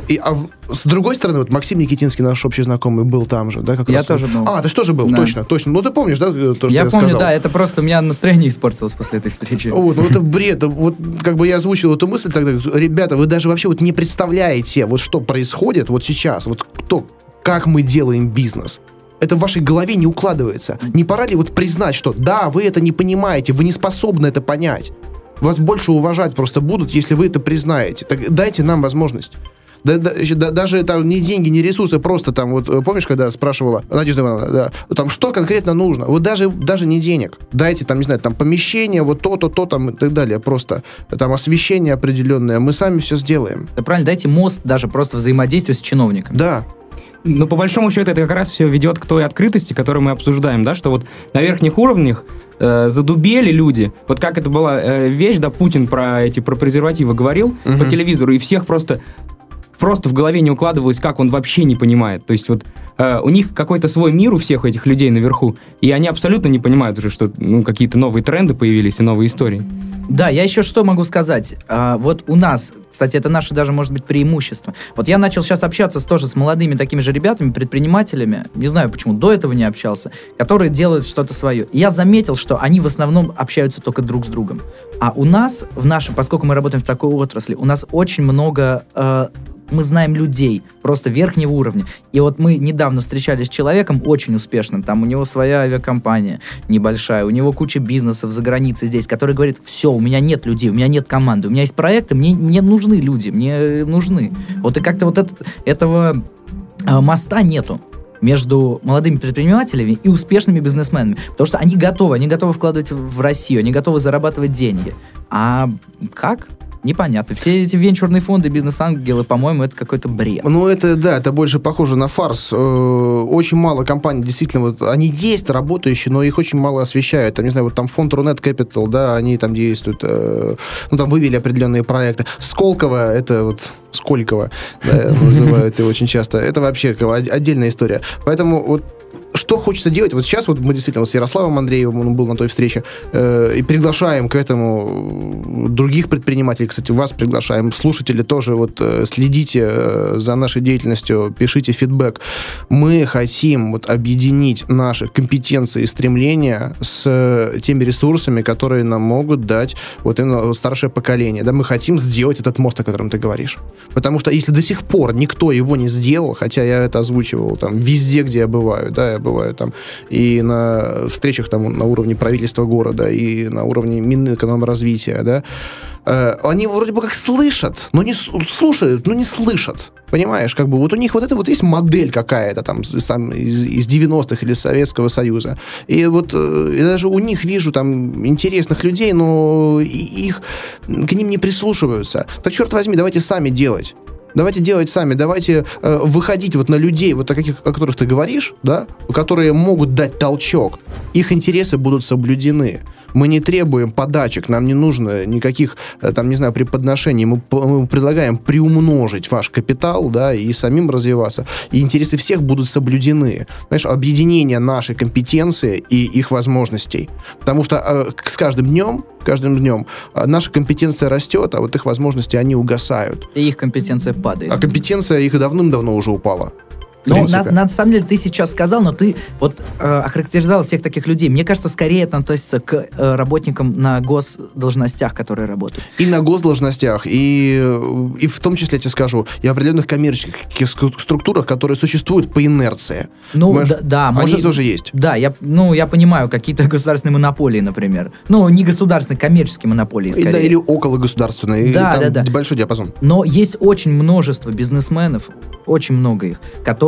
С другой стороны, вот Максим Никитинский, наш общий знакомый, был там же, да? Как я тоже был. Ты же тоже был, да. Точно. Ну, ты помнишь, да, то, что я помню, сказал? Да, это просто у меня настроение испортилось после этой встречи. Вот, ну, это бред. Вот, как бы я озвучил эту мысль тогда, ребята, вы даже вообще вот не представляете, вот что происходит вот сейчас, вот как мы делаем бизнес. Это в вашей голове не укладывается. Не пора ли вот признать, что да, вы это не понимаете, вы не способны это понять. Вас больше уважать просто будут, если вы это признаете. Так дайте нам возможность. Даже там не деньги, не ресурсы, просто там, вот помнишь, когда спрашивала Надежда Ивановна, да, там, что конкретно нужно? Вот даже не денег. Дайте там, не знаю, там помещение, вот то, там и так далее. Просто там освещение определенное. Мы сами все сделаем. Да, правильно, дайте мост даже просто взаимодействия с чиновниками. Да. Но по большому счету это как раз все ведет к той открытости, которую мы обсуждаем, да, что вот на верхних уровнях задубели люди. Вот как это была вещь, да, Путин про презервативы говорил по телевизору, и всех просто в голове не укладывалось, как он вообще не понимает. То есть вот у них какой-то свой мир у всех этих людей наверху, и они абсолютно не понимают уже, что какие-то новые тренды появились и новые истории. Да, я еще что могу сказать. Вот у нас, кстати, это наше даже, может быть, преимущество. Вот я начал сейчас общаться тоже с молодыми такими же ребятами, предпринимателями, не знаю почему, до этого не общался, которые делают что-то свое. И я заметил, что они в основном общаются только друг с другом. А у нас, поскольку мы работаем в такой отрасли, у нас очень много мы знаем людей, просто верхнего уровня. И вот мы недавно встречались с человеком очень успешным, там у него своя авиакомпания небольшая, у него куча бизнесов за границей здесь, который говорит, все, у меня нет людей, у меня нет команды, у меня есть проекты, мне нужны люди, мне нужны. Вот и как-то вот этого моста нету между молодыми предпринимателями и успешными бизнесменами. Потому что они готовы вкладывать в Россию, они готовы зарабатывать деньги. А как? Непонятно. Все эти венчурные фонды, бизнес-ангелы, по-моему, это какой-то бред. Ну, это больше похоже на фарс. Очень мало компаний, действительно, вот, они есть работающие, но их очень мало освещают. Там, не знаю, вот там фонд Рунет Capital, да, они там действуют, там вывели определенные проекты. Сколково, это вот Сколково, да, называют его очень часто. Это вообще отдельная история. Поэтому вот что хочется делать? Вот сейчас вот мы действительно с Ярославом Андреевым, он был на той встрече, и приглашаем к этому других предпринимателей. Кстати, вас приглашаем. Слушатели тоже вот следите за нашей деятельностью, пишите фидбэк. Мы хотим вот объединить наши компетенции и стремления с теми ресурсами, которые нам могут дать вот именно старшее поколение. Да, мы хотим сделать этот мост, о котором ты говоришь. Потому что если до сих пор никто его не сделал, хотя я это озвучивал там везде, где я бываю, да, я бываю там и на встречах там на уровне правительства города, и на уровне Минэкономразвития, да, они вроде бы как слышат, но не слушают, но не слышат. Понимаешь, как бы вот у них вот это вот есть модель какая-то там из 90-х или Советского Союза. И вот я даже у них вижу там интересных людей, но их к ним не прислушиваются. Так, черт возьми, давайте сами делать. Давайте делать сами, давайте выходить вот на людей, вот таких, о которых ты говоришь, да, которые могут дать толчок. Их интересы будут соблюдены. Мы не требуем подачек, нам не нужно никаких, там, не знаю, преподношений. Мы предлагаем приумножить ваш капитал, да, и самим развиваться. И интересы всех будут соблюдены. Знаешь, объединение нашей компетенции и их возможностей. Потому что с каждым днем наша компетенция растет, а вот их возможности, они угасают. И их компетенция падает. А компетенция их давным-давно уже упала. Ну, на самом деле, ты сейчас сказал, но ты вот охарактеризовал всех таких людей. Мне кажется, скорее это относится к работникам на госдолжностях, которые работают. И на госдолжностях, и в том числе, я тебе скажу, и определенных коммерческих структурах, которые существуют по инерции. Ну, да, они может, тоже есть. Да, я понимаю, какие-то государственные монополии, например. Ну, не государственные, коммерческие монополии, скорее. Да, или окологосударственные. Да, или да. Большой диапазон. Но есть очень множество бизнесменов, очень много их,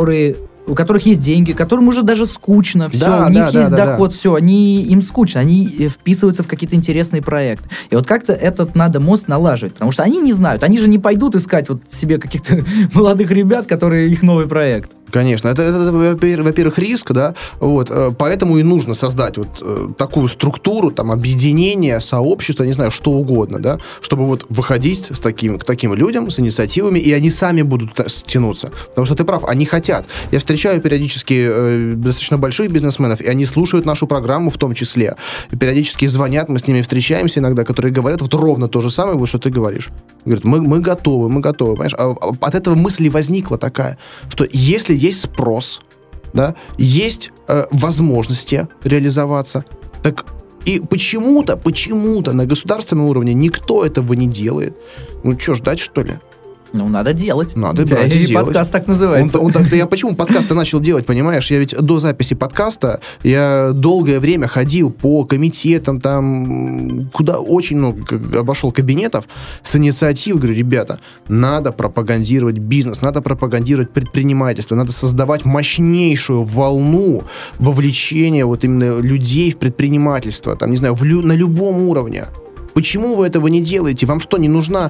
у которых есть деньги, которым уже даже скучно, все, да, у них да, есть да, доход, да. Все, им скучно, они вписываются в какие-то интересные проекты. И вот как-то этот надо мост налаживать, потому что они не знают, они же не пойдут искать вот себе каких-то молодых ребят, которые их новый проект. Конечно, это во-первых, риск, да, вот, поэтому и нужно создать вот такую структуру, там, объединение, сообщество, не знаю, что угодно, да, чтобы вот выходить к таким людям, с инициативами, и они сами будут тянуться. Потому что ты прав, они хотят. Я встречаю периодически достаточно больших бизнесменов, и они слушают нашу программу в том числе. И периодически звонят, мы с ними встречаемся иногда, которые говорят вот ровно то же самое, вот что ты говоришь. Говорят, мы готовы, понимаешь? А от этого мысль возникла такая, что если есть спрос, да, есть возможности реализоваться, так и почему-то на государственном уровне никто этого не делает. Ну что, ждать, что ли? Ну, надо делать. Надо брать и делать. Подкаст так называется. Я почему подкасты начал делать, понимаешь? Я ведь до записи подкаста, я долгое время ходил по комитетам, там, куда очень много обошел кабинетов с инициативой. Говорю, ребята, надо пропагандировать бизнес, надо пропагандировать предпринимательство, надо создавать мощнейшую волну вовлечения вот именно людей в предпринимательство, там, не знаю, на любом уровне. Почему вы этого не делаете? Вам что, не нужна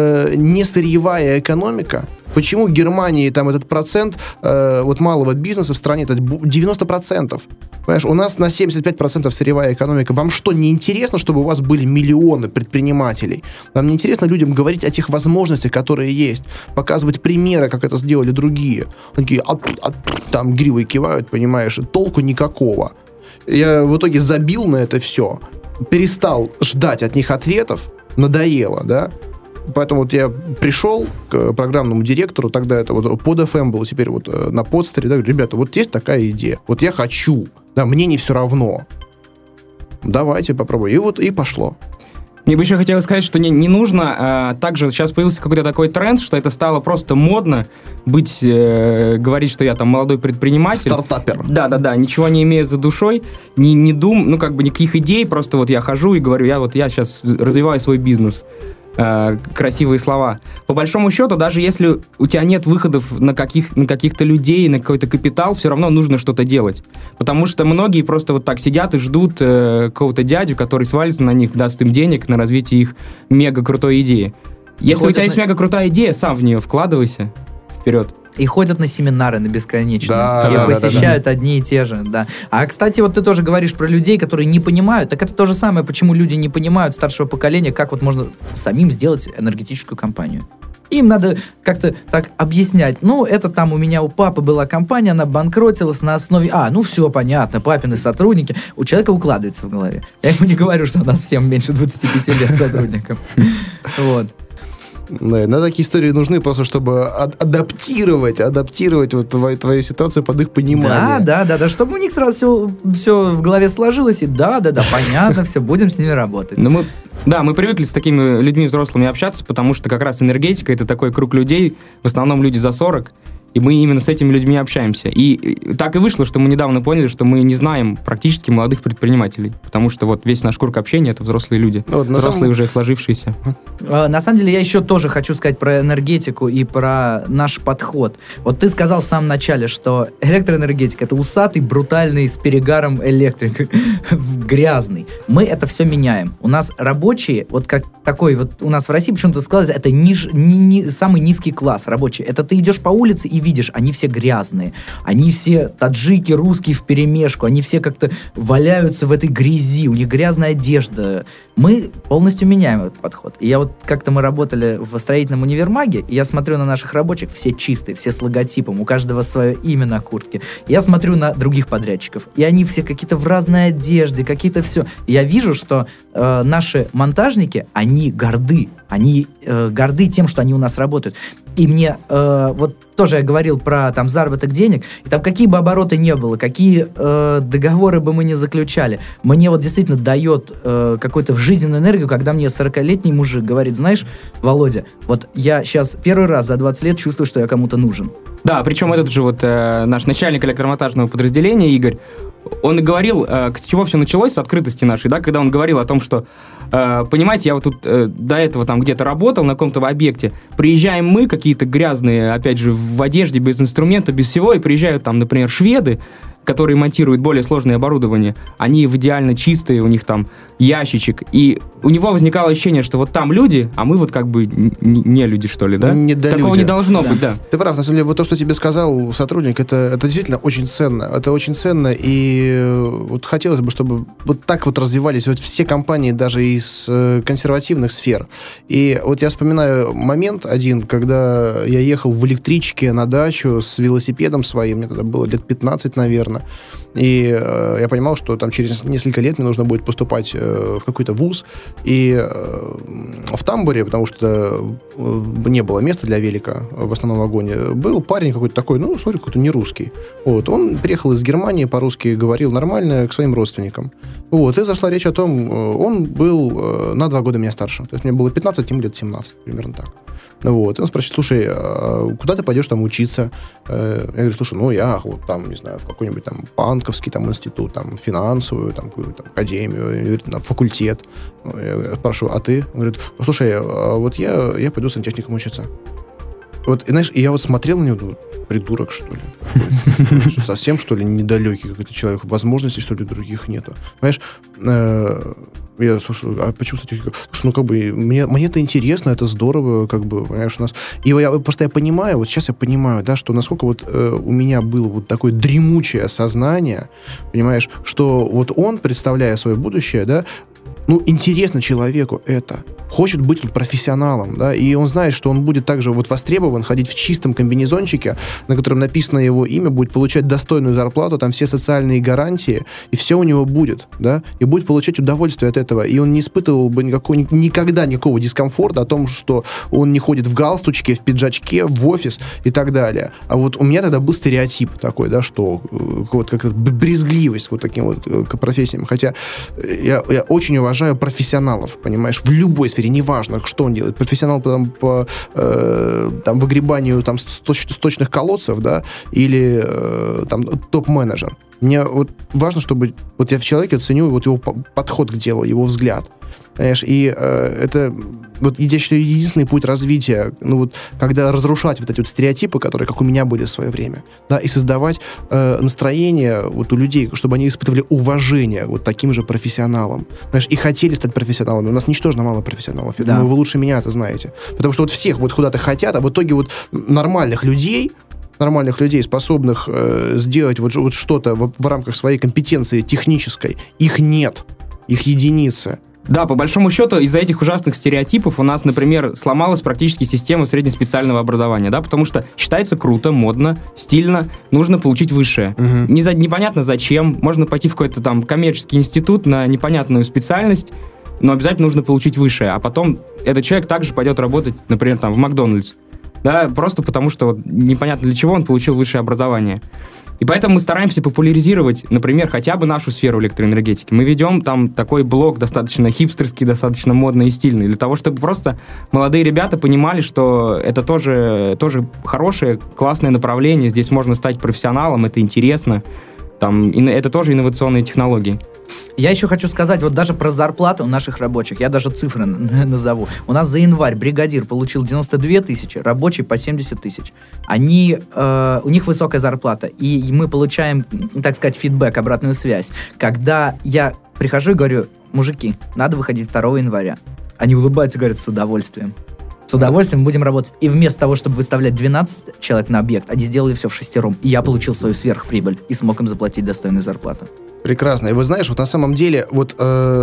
не сырьевая экономика? Почему в Германии там этот процент вот малого бизнеса в стране это 90%? Понимаешь, у нас на 75% сырьевая экономика. Вам что, не интересно, чтобы у вас были миллионы предпринимателей? Вам не интересно людям говорить о тех возможностях, которые есть? Показывать примеры, как это сделали другие? Они такие, там гривой кивают, понимаешь, толку никакого. Я в итоге забил на это все. Перестал ждать от них ответов, надоело, да? Поэтому вот я пришел к программному директору, тогда это вот под FM было, теперь вот на подстере, да, говорю, ребята, вот есть такая идея, вот я хочу, да, мне не все равно, давайте попробуем. И вот и пошло. Мне бы еще хотелось сказать, что не нужно, также сейчас появился какой-то такой тренд, что это стало просто модно говорить, что я там молодой предприниматель. Стартапер. Да, ничего не имея за душой, никаких идей, просто вот я хожу и говорю, я сейчас развиваю свой бизнес. Красивые слова. По большому счету, даже если у тебя нет выходов на каких-то людей, на какой-то капитал, все равно нужно что-то делать. Потому что многие просто вот так сидят и ждут какого-то дядю, который свалится на них, даст им денег на развитие их мега-крутой идеи. Если у тебя есть мега-крутая идея, сам в нее вкладывайся вперед. И ходят на семинары на бесконечные. Да, и посещают одни и те же. Да. А, кстати, вот ты тоже говоришь про людей, которые не понимают. Так это то же самое, почему люди не понимают старшего поколения, как вот можно самим сделать энергетическую компанию. Им надо как-то так объяснять. Это там у меня у папы была компания, она банкротилась на основе... все понятно, папины сотрудники. У человека укладывается в голове. Я ему не говорю, что у нас всем меньше 25 лет сотрудников. Вот. Да, такие истории нужны просто, чтобы адаптировать вот твою ситуацию под их понимание. Да, чтобы у них сразу все в голове сложилось, и да, понятно, все, будем с ними работать. Мы привыкли с такими людьми взрослыми общаться, потому что как раз энергетика — это такой круг людей, в основном люди за 40, и мы именно с этими людьми общаемся. И так и вышло, что мы недавно поняли, что мы не знаем практически молодых предпринимателей, потому что вот весь наш круг общения — это взрослые люди, взрослые уже сложившиеся. На самом деле я еще тоже хочу сказать про энергетику и про наш подход. Вот ты сказал в самом начале, что электроэнергетика — это усатый, брутальный, с перегаром электрик, грязный. Мы это все меняем. У нас рабочие, вот как такой вот у нас в России почему-то сказалось, это самый низкий класс рабочий. Это ты идешь по улице и видишь, они все грязные, они все таджики, русские вперемешку, они все как-то валяются в этой грязи, у них грязная одежда. Мы полностью меняем этот подход. И как-то мы работали в строительном универмаге, и я смотрю на наших рабочих, все чистые, все с логотипом, у каждого свое имя на куртке. Я смотрю на других подрядчиков, и они все какие-то в разной одежде, какие-то все. И я вижу, что наши монтажники, они горды тем, что они у нас работают. И мне, тоже я говорил про заработок денег, и там какие бы обороты не было, какие договоры бы мы ни заключали, мне действительно дает какую-то жизненную энергию, когда мне 40-летний мужик говорит, знаешь, Володя, я сейчас первый раз за 20 лет чувствую, что я кому-то нужен. Да, причем этот же наш начальник электромонтажного подразделения, Игорь, он и говорил, с чего все началось, с открытости нашей, да, когда он говорил о том, что, понимаете, я тут до этого где-то работал на каком-то объекте, приезжаем мы, какие-то грязные, опять же, в одежде, без инструмента, без всего, и приезжают например, шведы, которые монтируют более сложное оборудование, они в идеально чистые, у них там ящичек, и у него возникало ощущение, что там люди, а мы не люди, что ли, да? Такого не должно быть, да. Ты прав, на самом деле, то, что тебе сказал сотрудник, это действительно очень ценно. Это очень ценно, и хотелось бы, чтобы так развивались все компании, даже из консервативных сфер. И я вспоминаю момент один, когда я ехал в электричке на дачу с велосипедом своим, мне тогда было лет 15, наверное, и я понимал, что через несколько лет мне нужно будет поступать в какой-то вуз, и в тамбуре, потому что не было места для велика в основном вагоне, был парень какой-то такой, смотри, какой-то не русский. Он приехал из Германии, по-русски говорил нормально к своим родственникам. И зашла речь о том, он был на 2 года меня старше. То есть мне было 15, ему лет 17, примерно так. И он спросит, слушай, куда ты пойдешь учиться? Я говорю, слушай, я не знаю, в какой-нибудь банковский институт, финансовую, какую-то академию, факультет. Я спрашиваю, а ты? Он говорит, слушай, я пойду сантехником учиться. И знаешь, я смотрел на него, думаю, придурок, что ли? Совсем, что ли, недалекий какой-то человек. Возможностей, что ли, других нету. Понимаешь, я слушаю, а почему сантехника? Слушай, мне это интересно, это здорово, понимаешь, у нас... И я понимаю, сейчас я понимаю, да, что насколько у меня было такое дремучее сознание, понимаешь, что он, представляя свое будущее, да, интересно человеку это. хочет быть профессионалом, да, и он знает, что он будет также вот востребован, ходить в чистом комбинезончике, на котором написано его имя, будет получать достойную зарплату, там все социальные гарантии, и все у него будет, да, и будет получать удовольствие от этого, и он не испытывал бы никогда никакого дискомфорта о том, что он не ходит в галстучке, в пиджачке, в офис и так далее. А вот у меня тогда был стереотип такой, да, что вот как-то брезгливость вот таким вот к профессиям. Хотя я очень уважаю профессионалов, понимаешь, в любой сфере, неважно, что он делает. Профессионал по выгребанию там сточных колодцев, да, или там топ-менеджер. Мне вот важно, чтобы вот я в человеке оценю вот его подход к делу, его взгляд. Понимаешь, и это вот я считаю, единственный путь развития, ну вот, когда разрушать вот эти вот стереотипы, которые, как у меня были в свое время, да, и создавать настроение вот у людей, чтобы они испытывали уважение вот таким же профессионалам, знаешь, и хотели стать профессионалами. У нас ничтожно мало профессионалов. Я думаю, вы лучше меня это знаете. Потому что вот всех вот куда-то хотят, а в итоге вот нормальных людей, способных сделать вот что-то в рамках своей компетенции технической, их нет, их единицы. Да, по большому счету, из-за этих ужасных стереотипов у нас, например, сломалась практически система среднеспециального образования, да, потому что считается круто, модно, стильно, нужно получить высшее. Угу. Непонятно зачем, можно пойти в какой-то там коммерческий институт на непонятную специальность, но обязательно нужно получить высшее, а потом этот человек также пойдет работать, например, там в Макдональдс, да, просто потому что вот непонятно для чего он получил высшее образование. И поэтому мы стараемся популяризировать, например, хотя бы нашу сферу электроэнергетики. Мы ведем там такой блог достаточно хипстерский, достаточно модный и стильный, для того, чтобы просто молодые ребята понимали, что это тоже хорошее, классное направление, здесь можно стать профессионалом, это интересно, там, это тоже инновационные технологии. Я еще хочу сказать, вот даже про зарплату наших рабочих, я даже цифры назову. У нас за январь бригадир получил 92 тысячи, рабочий по 70 тысяч. У них высокая зарплата, и мы получаем, так сказать, фидбэк, обратную связь. Когда я прихожу и говорю: мужики, надо выходить 2 января. Они улыбаются и говорят: с удовольствием. С удовольствием будем работать. И вместо того, чтобы выставлять 12 человек на объект, они сделали все вшестером. И я получил свою сверхприбыль и смог им заплатить достойную зарплату. Прекрасно. И вы знаешь, вот на самом деле, вот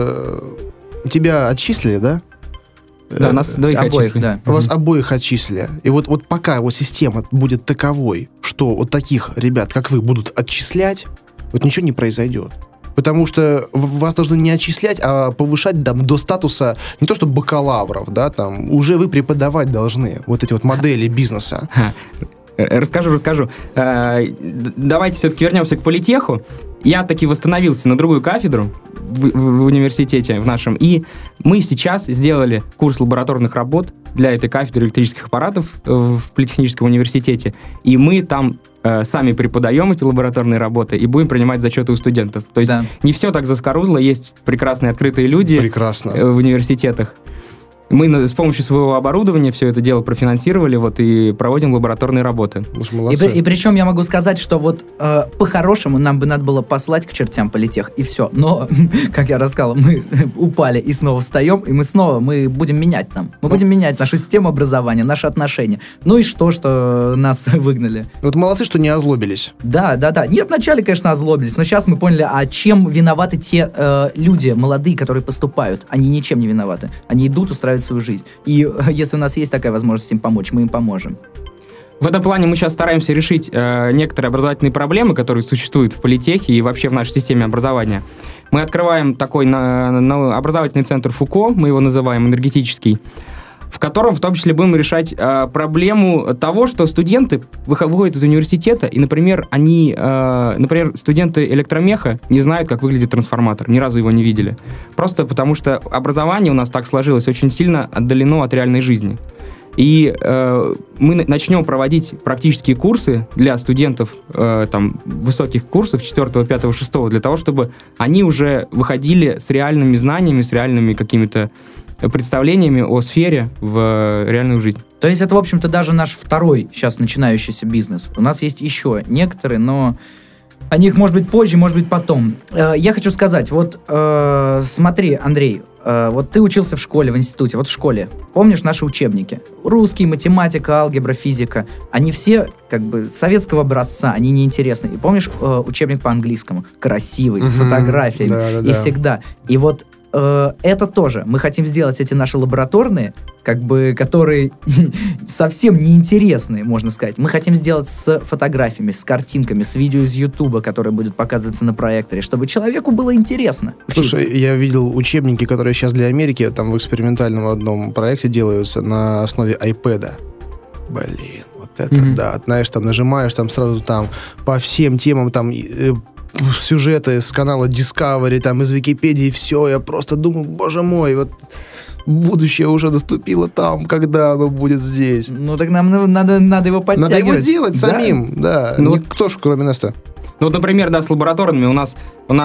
тебя отчислили, да? Да, нас двоих отчислили. Да. Вас обоих отчислили. И вот пока вот система будет таковой, что вот таких ребят, как вы, будут отчислять, вот ничего не произойдет. Потому что вас должны не отчислять, а повышать там, до статуса не то что бакалавров, да, там, уже вы преподавать должны вот эти вот модели бизнеса. Расскажу. Давайте все-таки вернемся к политеху. Я таки восстановился на другую кафедру в университете в нашем, и мы сейчас сделали курс лабораторных работ для этой кафедры электрических аппаратов в Политехническом университете, и мы там сами преподаем эти лабораторные работы и будем принимать зачеты у студентов. То есть не все так заскорузло, есть прекрасные открытые люди в университетах. Мы с помощью своего оборудования все это дело профинансировали, вот, и проводим лабораторные работы. И причем я могу сказать, что вот по-хорошему нам бы надо было послать к чертям политех, и все. Но, как я рассказал, мы упали и снова встаем, и мы будем менять там. Мы будем менять нашу систему образования, наши отношения. Ну и что нас выгнали. Вот молодцы, что не озлобились. Да. Нет, вначале, конечно, озлобились, но сейчас мы поняли, а чем виноваты те люди молодые, которые поступают. Они ничем не виноваты. Они идут устраивать свою жизнь. И если у нас есть такая возможность им помочь, мы им поможем. В этом плане мы сейчас стараемся решить некоторые образовательные проблемы, которые существуют в политехе и вообще в нашей системе образования. Мы открываем такой образовательный центр Фуко, мы его называем энергетический, в котором в том числе будем решать проблему того, что студенты выходят из университета, и, например, студенты электромеха не знают, как выглядит трансформатор, ни разу его не видели. Просто потому что образование у нас так сложилось, очень сильно отдалено от реальной жизни. И мы начнем проводить практические курсы для студентов высоких курсов 4, 5, 6, для того, чтобы они уже выходили с реальными знаниями, с реальными какими-то представлениями о сфере в реальную жизнь. То есть это, в общем-то, даже наш второй сейчас начинающийся бизнес. У нас есть еще некоторые, но о них, может быть, позже, может быть, потом. Я хочу сказать, вот смотри, Андрей, вот ты учился в школе, в институте, вот в школе. Помнишь наши учебники? Русский, математика, алгебра, физика. Они все как бы советского образца, они неинтересны. И помнишь учебник по английскому? Красивый, с фотографиями. И всегда. И вот это тоже. Мы хотим сделать эти наши лабораторные, как бы, которые совсем неинтересные, можно сказать. Мы хотим сделать с фотографиями, с картинками, с видео из Ютуба, которые будут показываться на проекторе, чтобы человеку было интересно. Слушай, я видел учебники, которые сейчас для Америки, там в экспериментальном одном проекте делаются на основе iPad'а. Блин, вот это да. Знаешь, там нажимаешь, там сразу там по всем темам, там сюжеты с канала Discovery, там из Википедии, все. Я просто думаю, боже мой, вот будущее уже наступило там, когда оно будет здесь. Ну, так нам надо его подтягивать. Надо его делать самим, да. Ну, никто ж, кроме нас-то. Ну, вот, например, да, с лабораторными у нас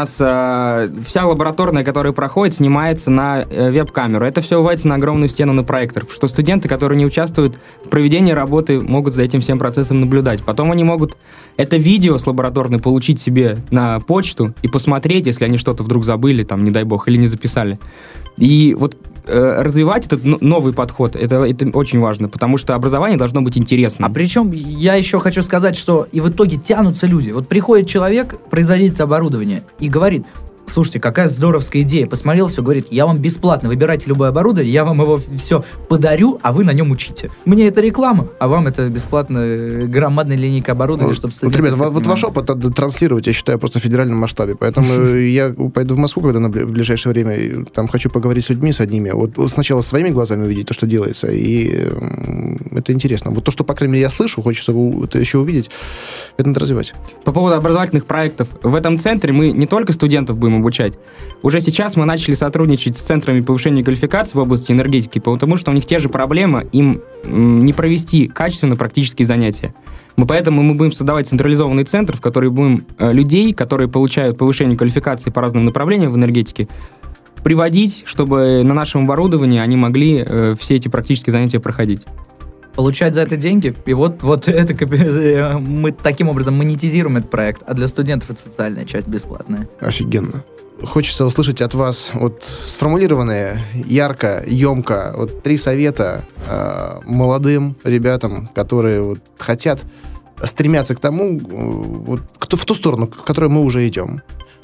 вся лабораторная, которая проходит, снимается на веб-камеру. Это все выводится на огромную стену на проектор, что студенты, которые не участвуют в проведении работы, могут за этим всем процессом наблюдать. Потом они могут это видео с лабораторной получить себе на почту и посмотреть, если они что-то вдруг забыли, там, не дай бог, или не записали. И вот развивать этот новый подход, это очень важно, потому что образование должно быть интересным. А причем я еще хочу сказать, что и в итоге тянутся люди. Вот приходит человек, производитель оборудования, и говорит: слушайте, какая здоровская идея. Посмотрел все, говорит: я вам бесплатно, выбирайте любое оборудование, я вам его все подарю, а вы на нем учите. Мне это реклама, а вам это бесплатно громадная линейка оборудования, чтобы студенты... Вот, ребята, вот ваш опыт надо транслировать, я считаю, просто в федеральном масштабе. Поэтому я пойду в Москву, когда в ближайшее время, там хочу поговорить с людьми, с одними. Вот сначала своими глазами увидеть то, что делается, и это интересно. Вот то, что, по крайней мере, я слышу, хочется это еще увидеть, это надо развивать. По поводу образовательных проектов. В этом центре мы не только студентов будем обучать. Уже сейчас мы начали сотрудничать с центрами повышения квалификации в области энергетики, потому что у них те же проблемы, им не провести качественно практические занятия. Поэтому мы будем создавать централизованный центр, в который будем людей, которые получают повышение квалификации по разным направлениям в энергетике, приводить, чтобы на нашем оборудовании они могли все эти практические занятия проходить. Получать за это деньги, и вот это мы таким образом монетизируем этот проект, а для студентов это социальная часть бесплатная. Офигенно. Хочется услышать от вас вот сформулированные ярко, емко, вот 3 совета молодым ребятам, которые вот хотят, стремятся к тому, вот, в ту сторону, к которой мы уже идем,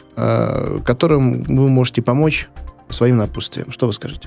которым вы можете помочь своим напутствием. Что вы скажете?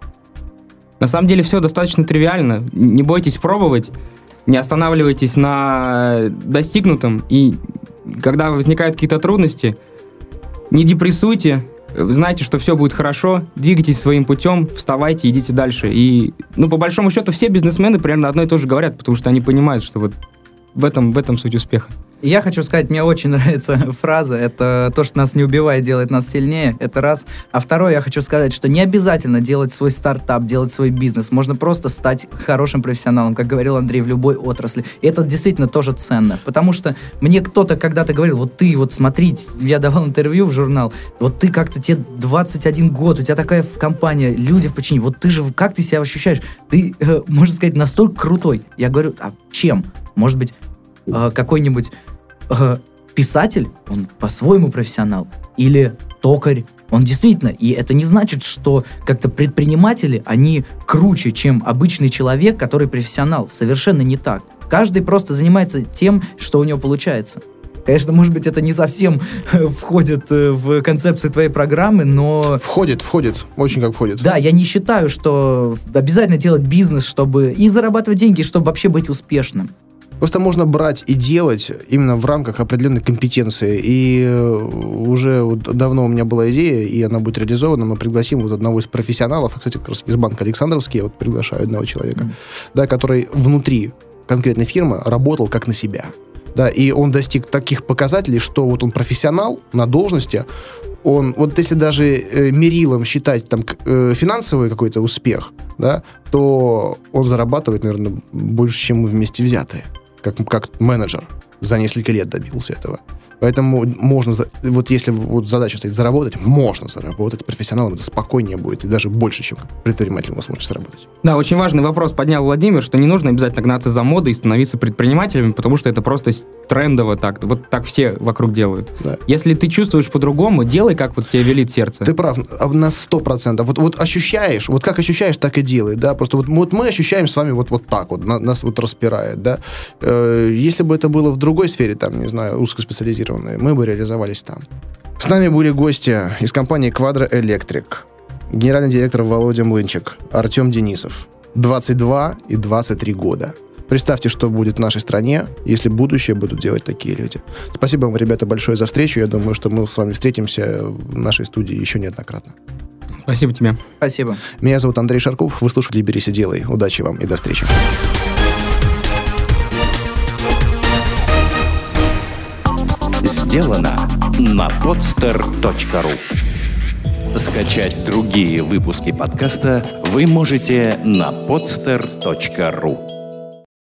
На самом деле все достаточно тривиально. Не бойтесь пробовать, не останавливайтесь на достигнутом, и когда возникают какие-то трудности, не депрессуйте, знайте, что все будет хорошо, двигайтесь своим путем, вставайте, идите дальше. И, по большому счету, все бизнесмены примерно одно и то же говорят, потому что они понимают, что вот в этом суть успеха. Я хочу сказать, мне очень нравится фраза, это то, что нас не убивает, делает нас сильнее, это раз. А второе, я хочу сказать, что не обязательно делать свой стартап, делать свой бизнес, можно просто стать хорошим профессионалом, как говорил Андрей, в любой отрасли. И это действительно тоже ценно, потому что мне кто-то когда-то говорил: вот ты, вот смотри, я давал интервью в журнал, вот ты как-то, тебе 21 год, у тебя такая компания, люди в подчинении, вот ты же, как ты себя ощущаешь? Ты, можно сказать, настолько крутой. Я говорю: а чем? Может быть, какой-нибудь писатель, он по-своему профессионал, или токарь, он действительно, и это не значит, что как-то предприниматели, они круче, чем обычный человек, который профессионал. Совершенно не так. Каждый просто занимается тем, что у него получается. Конечно, может быть, это не совсем входит в концепцию твоей программы, но... Входит, очень как входит. Да, я не считаю, что обязательно делать бизнес, чтобы и зарабатывать деньги, чтобы вообще быть успешным. Просто можно брать и делать именно в рамках определенной компетенции. И уже вот давно у меня была идея, и она будет реализована. Мы пригласим вот одного из профессионалов, кстати, как раз из банка Александровский, я вот приглашаю одного человека, да, который внутри конкретной фирмы работал как на себя. Да, и он достиг таких показателей, что вот он профессионал на должности. Он, вот если даже мерилом считать там финансовый какой-то успех, да, то он зарабатывает, наверное, больше, чем мы вместе взятые. Как менеджер за несколько лет добился этого. Поэтому можно, вот если вот задача стоит заработать, можно заработать. Профессионалам это спокойнее будет, и даже больше, чем предпринимателям возможно заработать. Да, очень важный вопрос поднял Владимир, что не нужно обязательно гнаться за модой и становиться предпринимателями, потому что это просто трендово так. Вот так все вокруг делают. Да. Если ты чувствуешь по-другому, делай, как вот тебе велит сердце. Ты прав, на 100%. Вот ощущаешь, вот как ощущаешь, так и делай, да. Просто вот мы ощущаем с вами вот так вот, нас вот распирает, да. Если бы это было в другой сфере, там, не знаю, узкоспециализированной, мы бы реализовались там. С нами были гости из компании Quadra Electric. генеральный директор Володя Млынчик, Артем Денисов. 22 и 23 года. Представьте, что будет в нашей стране, если будущее будут делать такие люди. Спасибо вам, ребята, большое за встречу. Я думаю, что мы с вами встретимся в нашей студии еще неоднократно. Спасибо тебе. Спасибо. Меня зовут Андрей Шарков. Вы слушали «Берись и делай». Удачи вам и до встречи. Сделано на podster.ru. Скачать другие выпуски подкаста вы можете на podster.ru.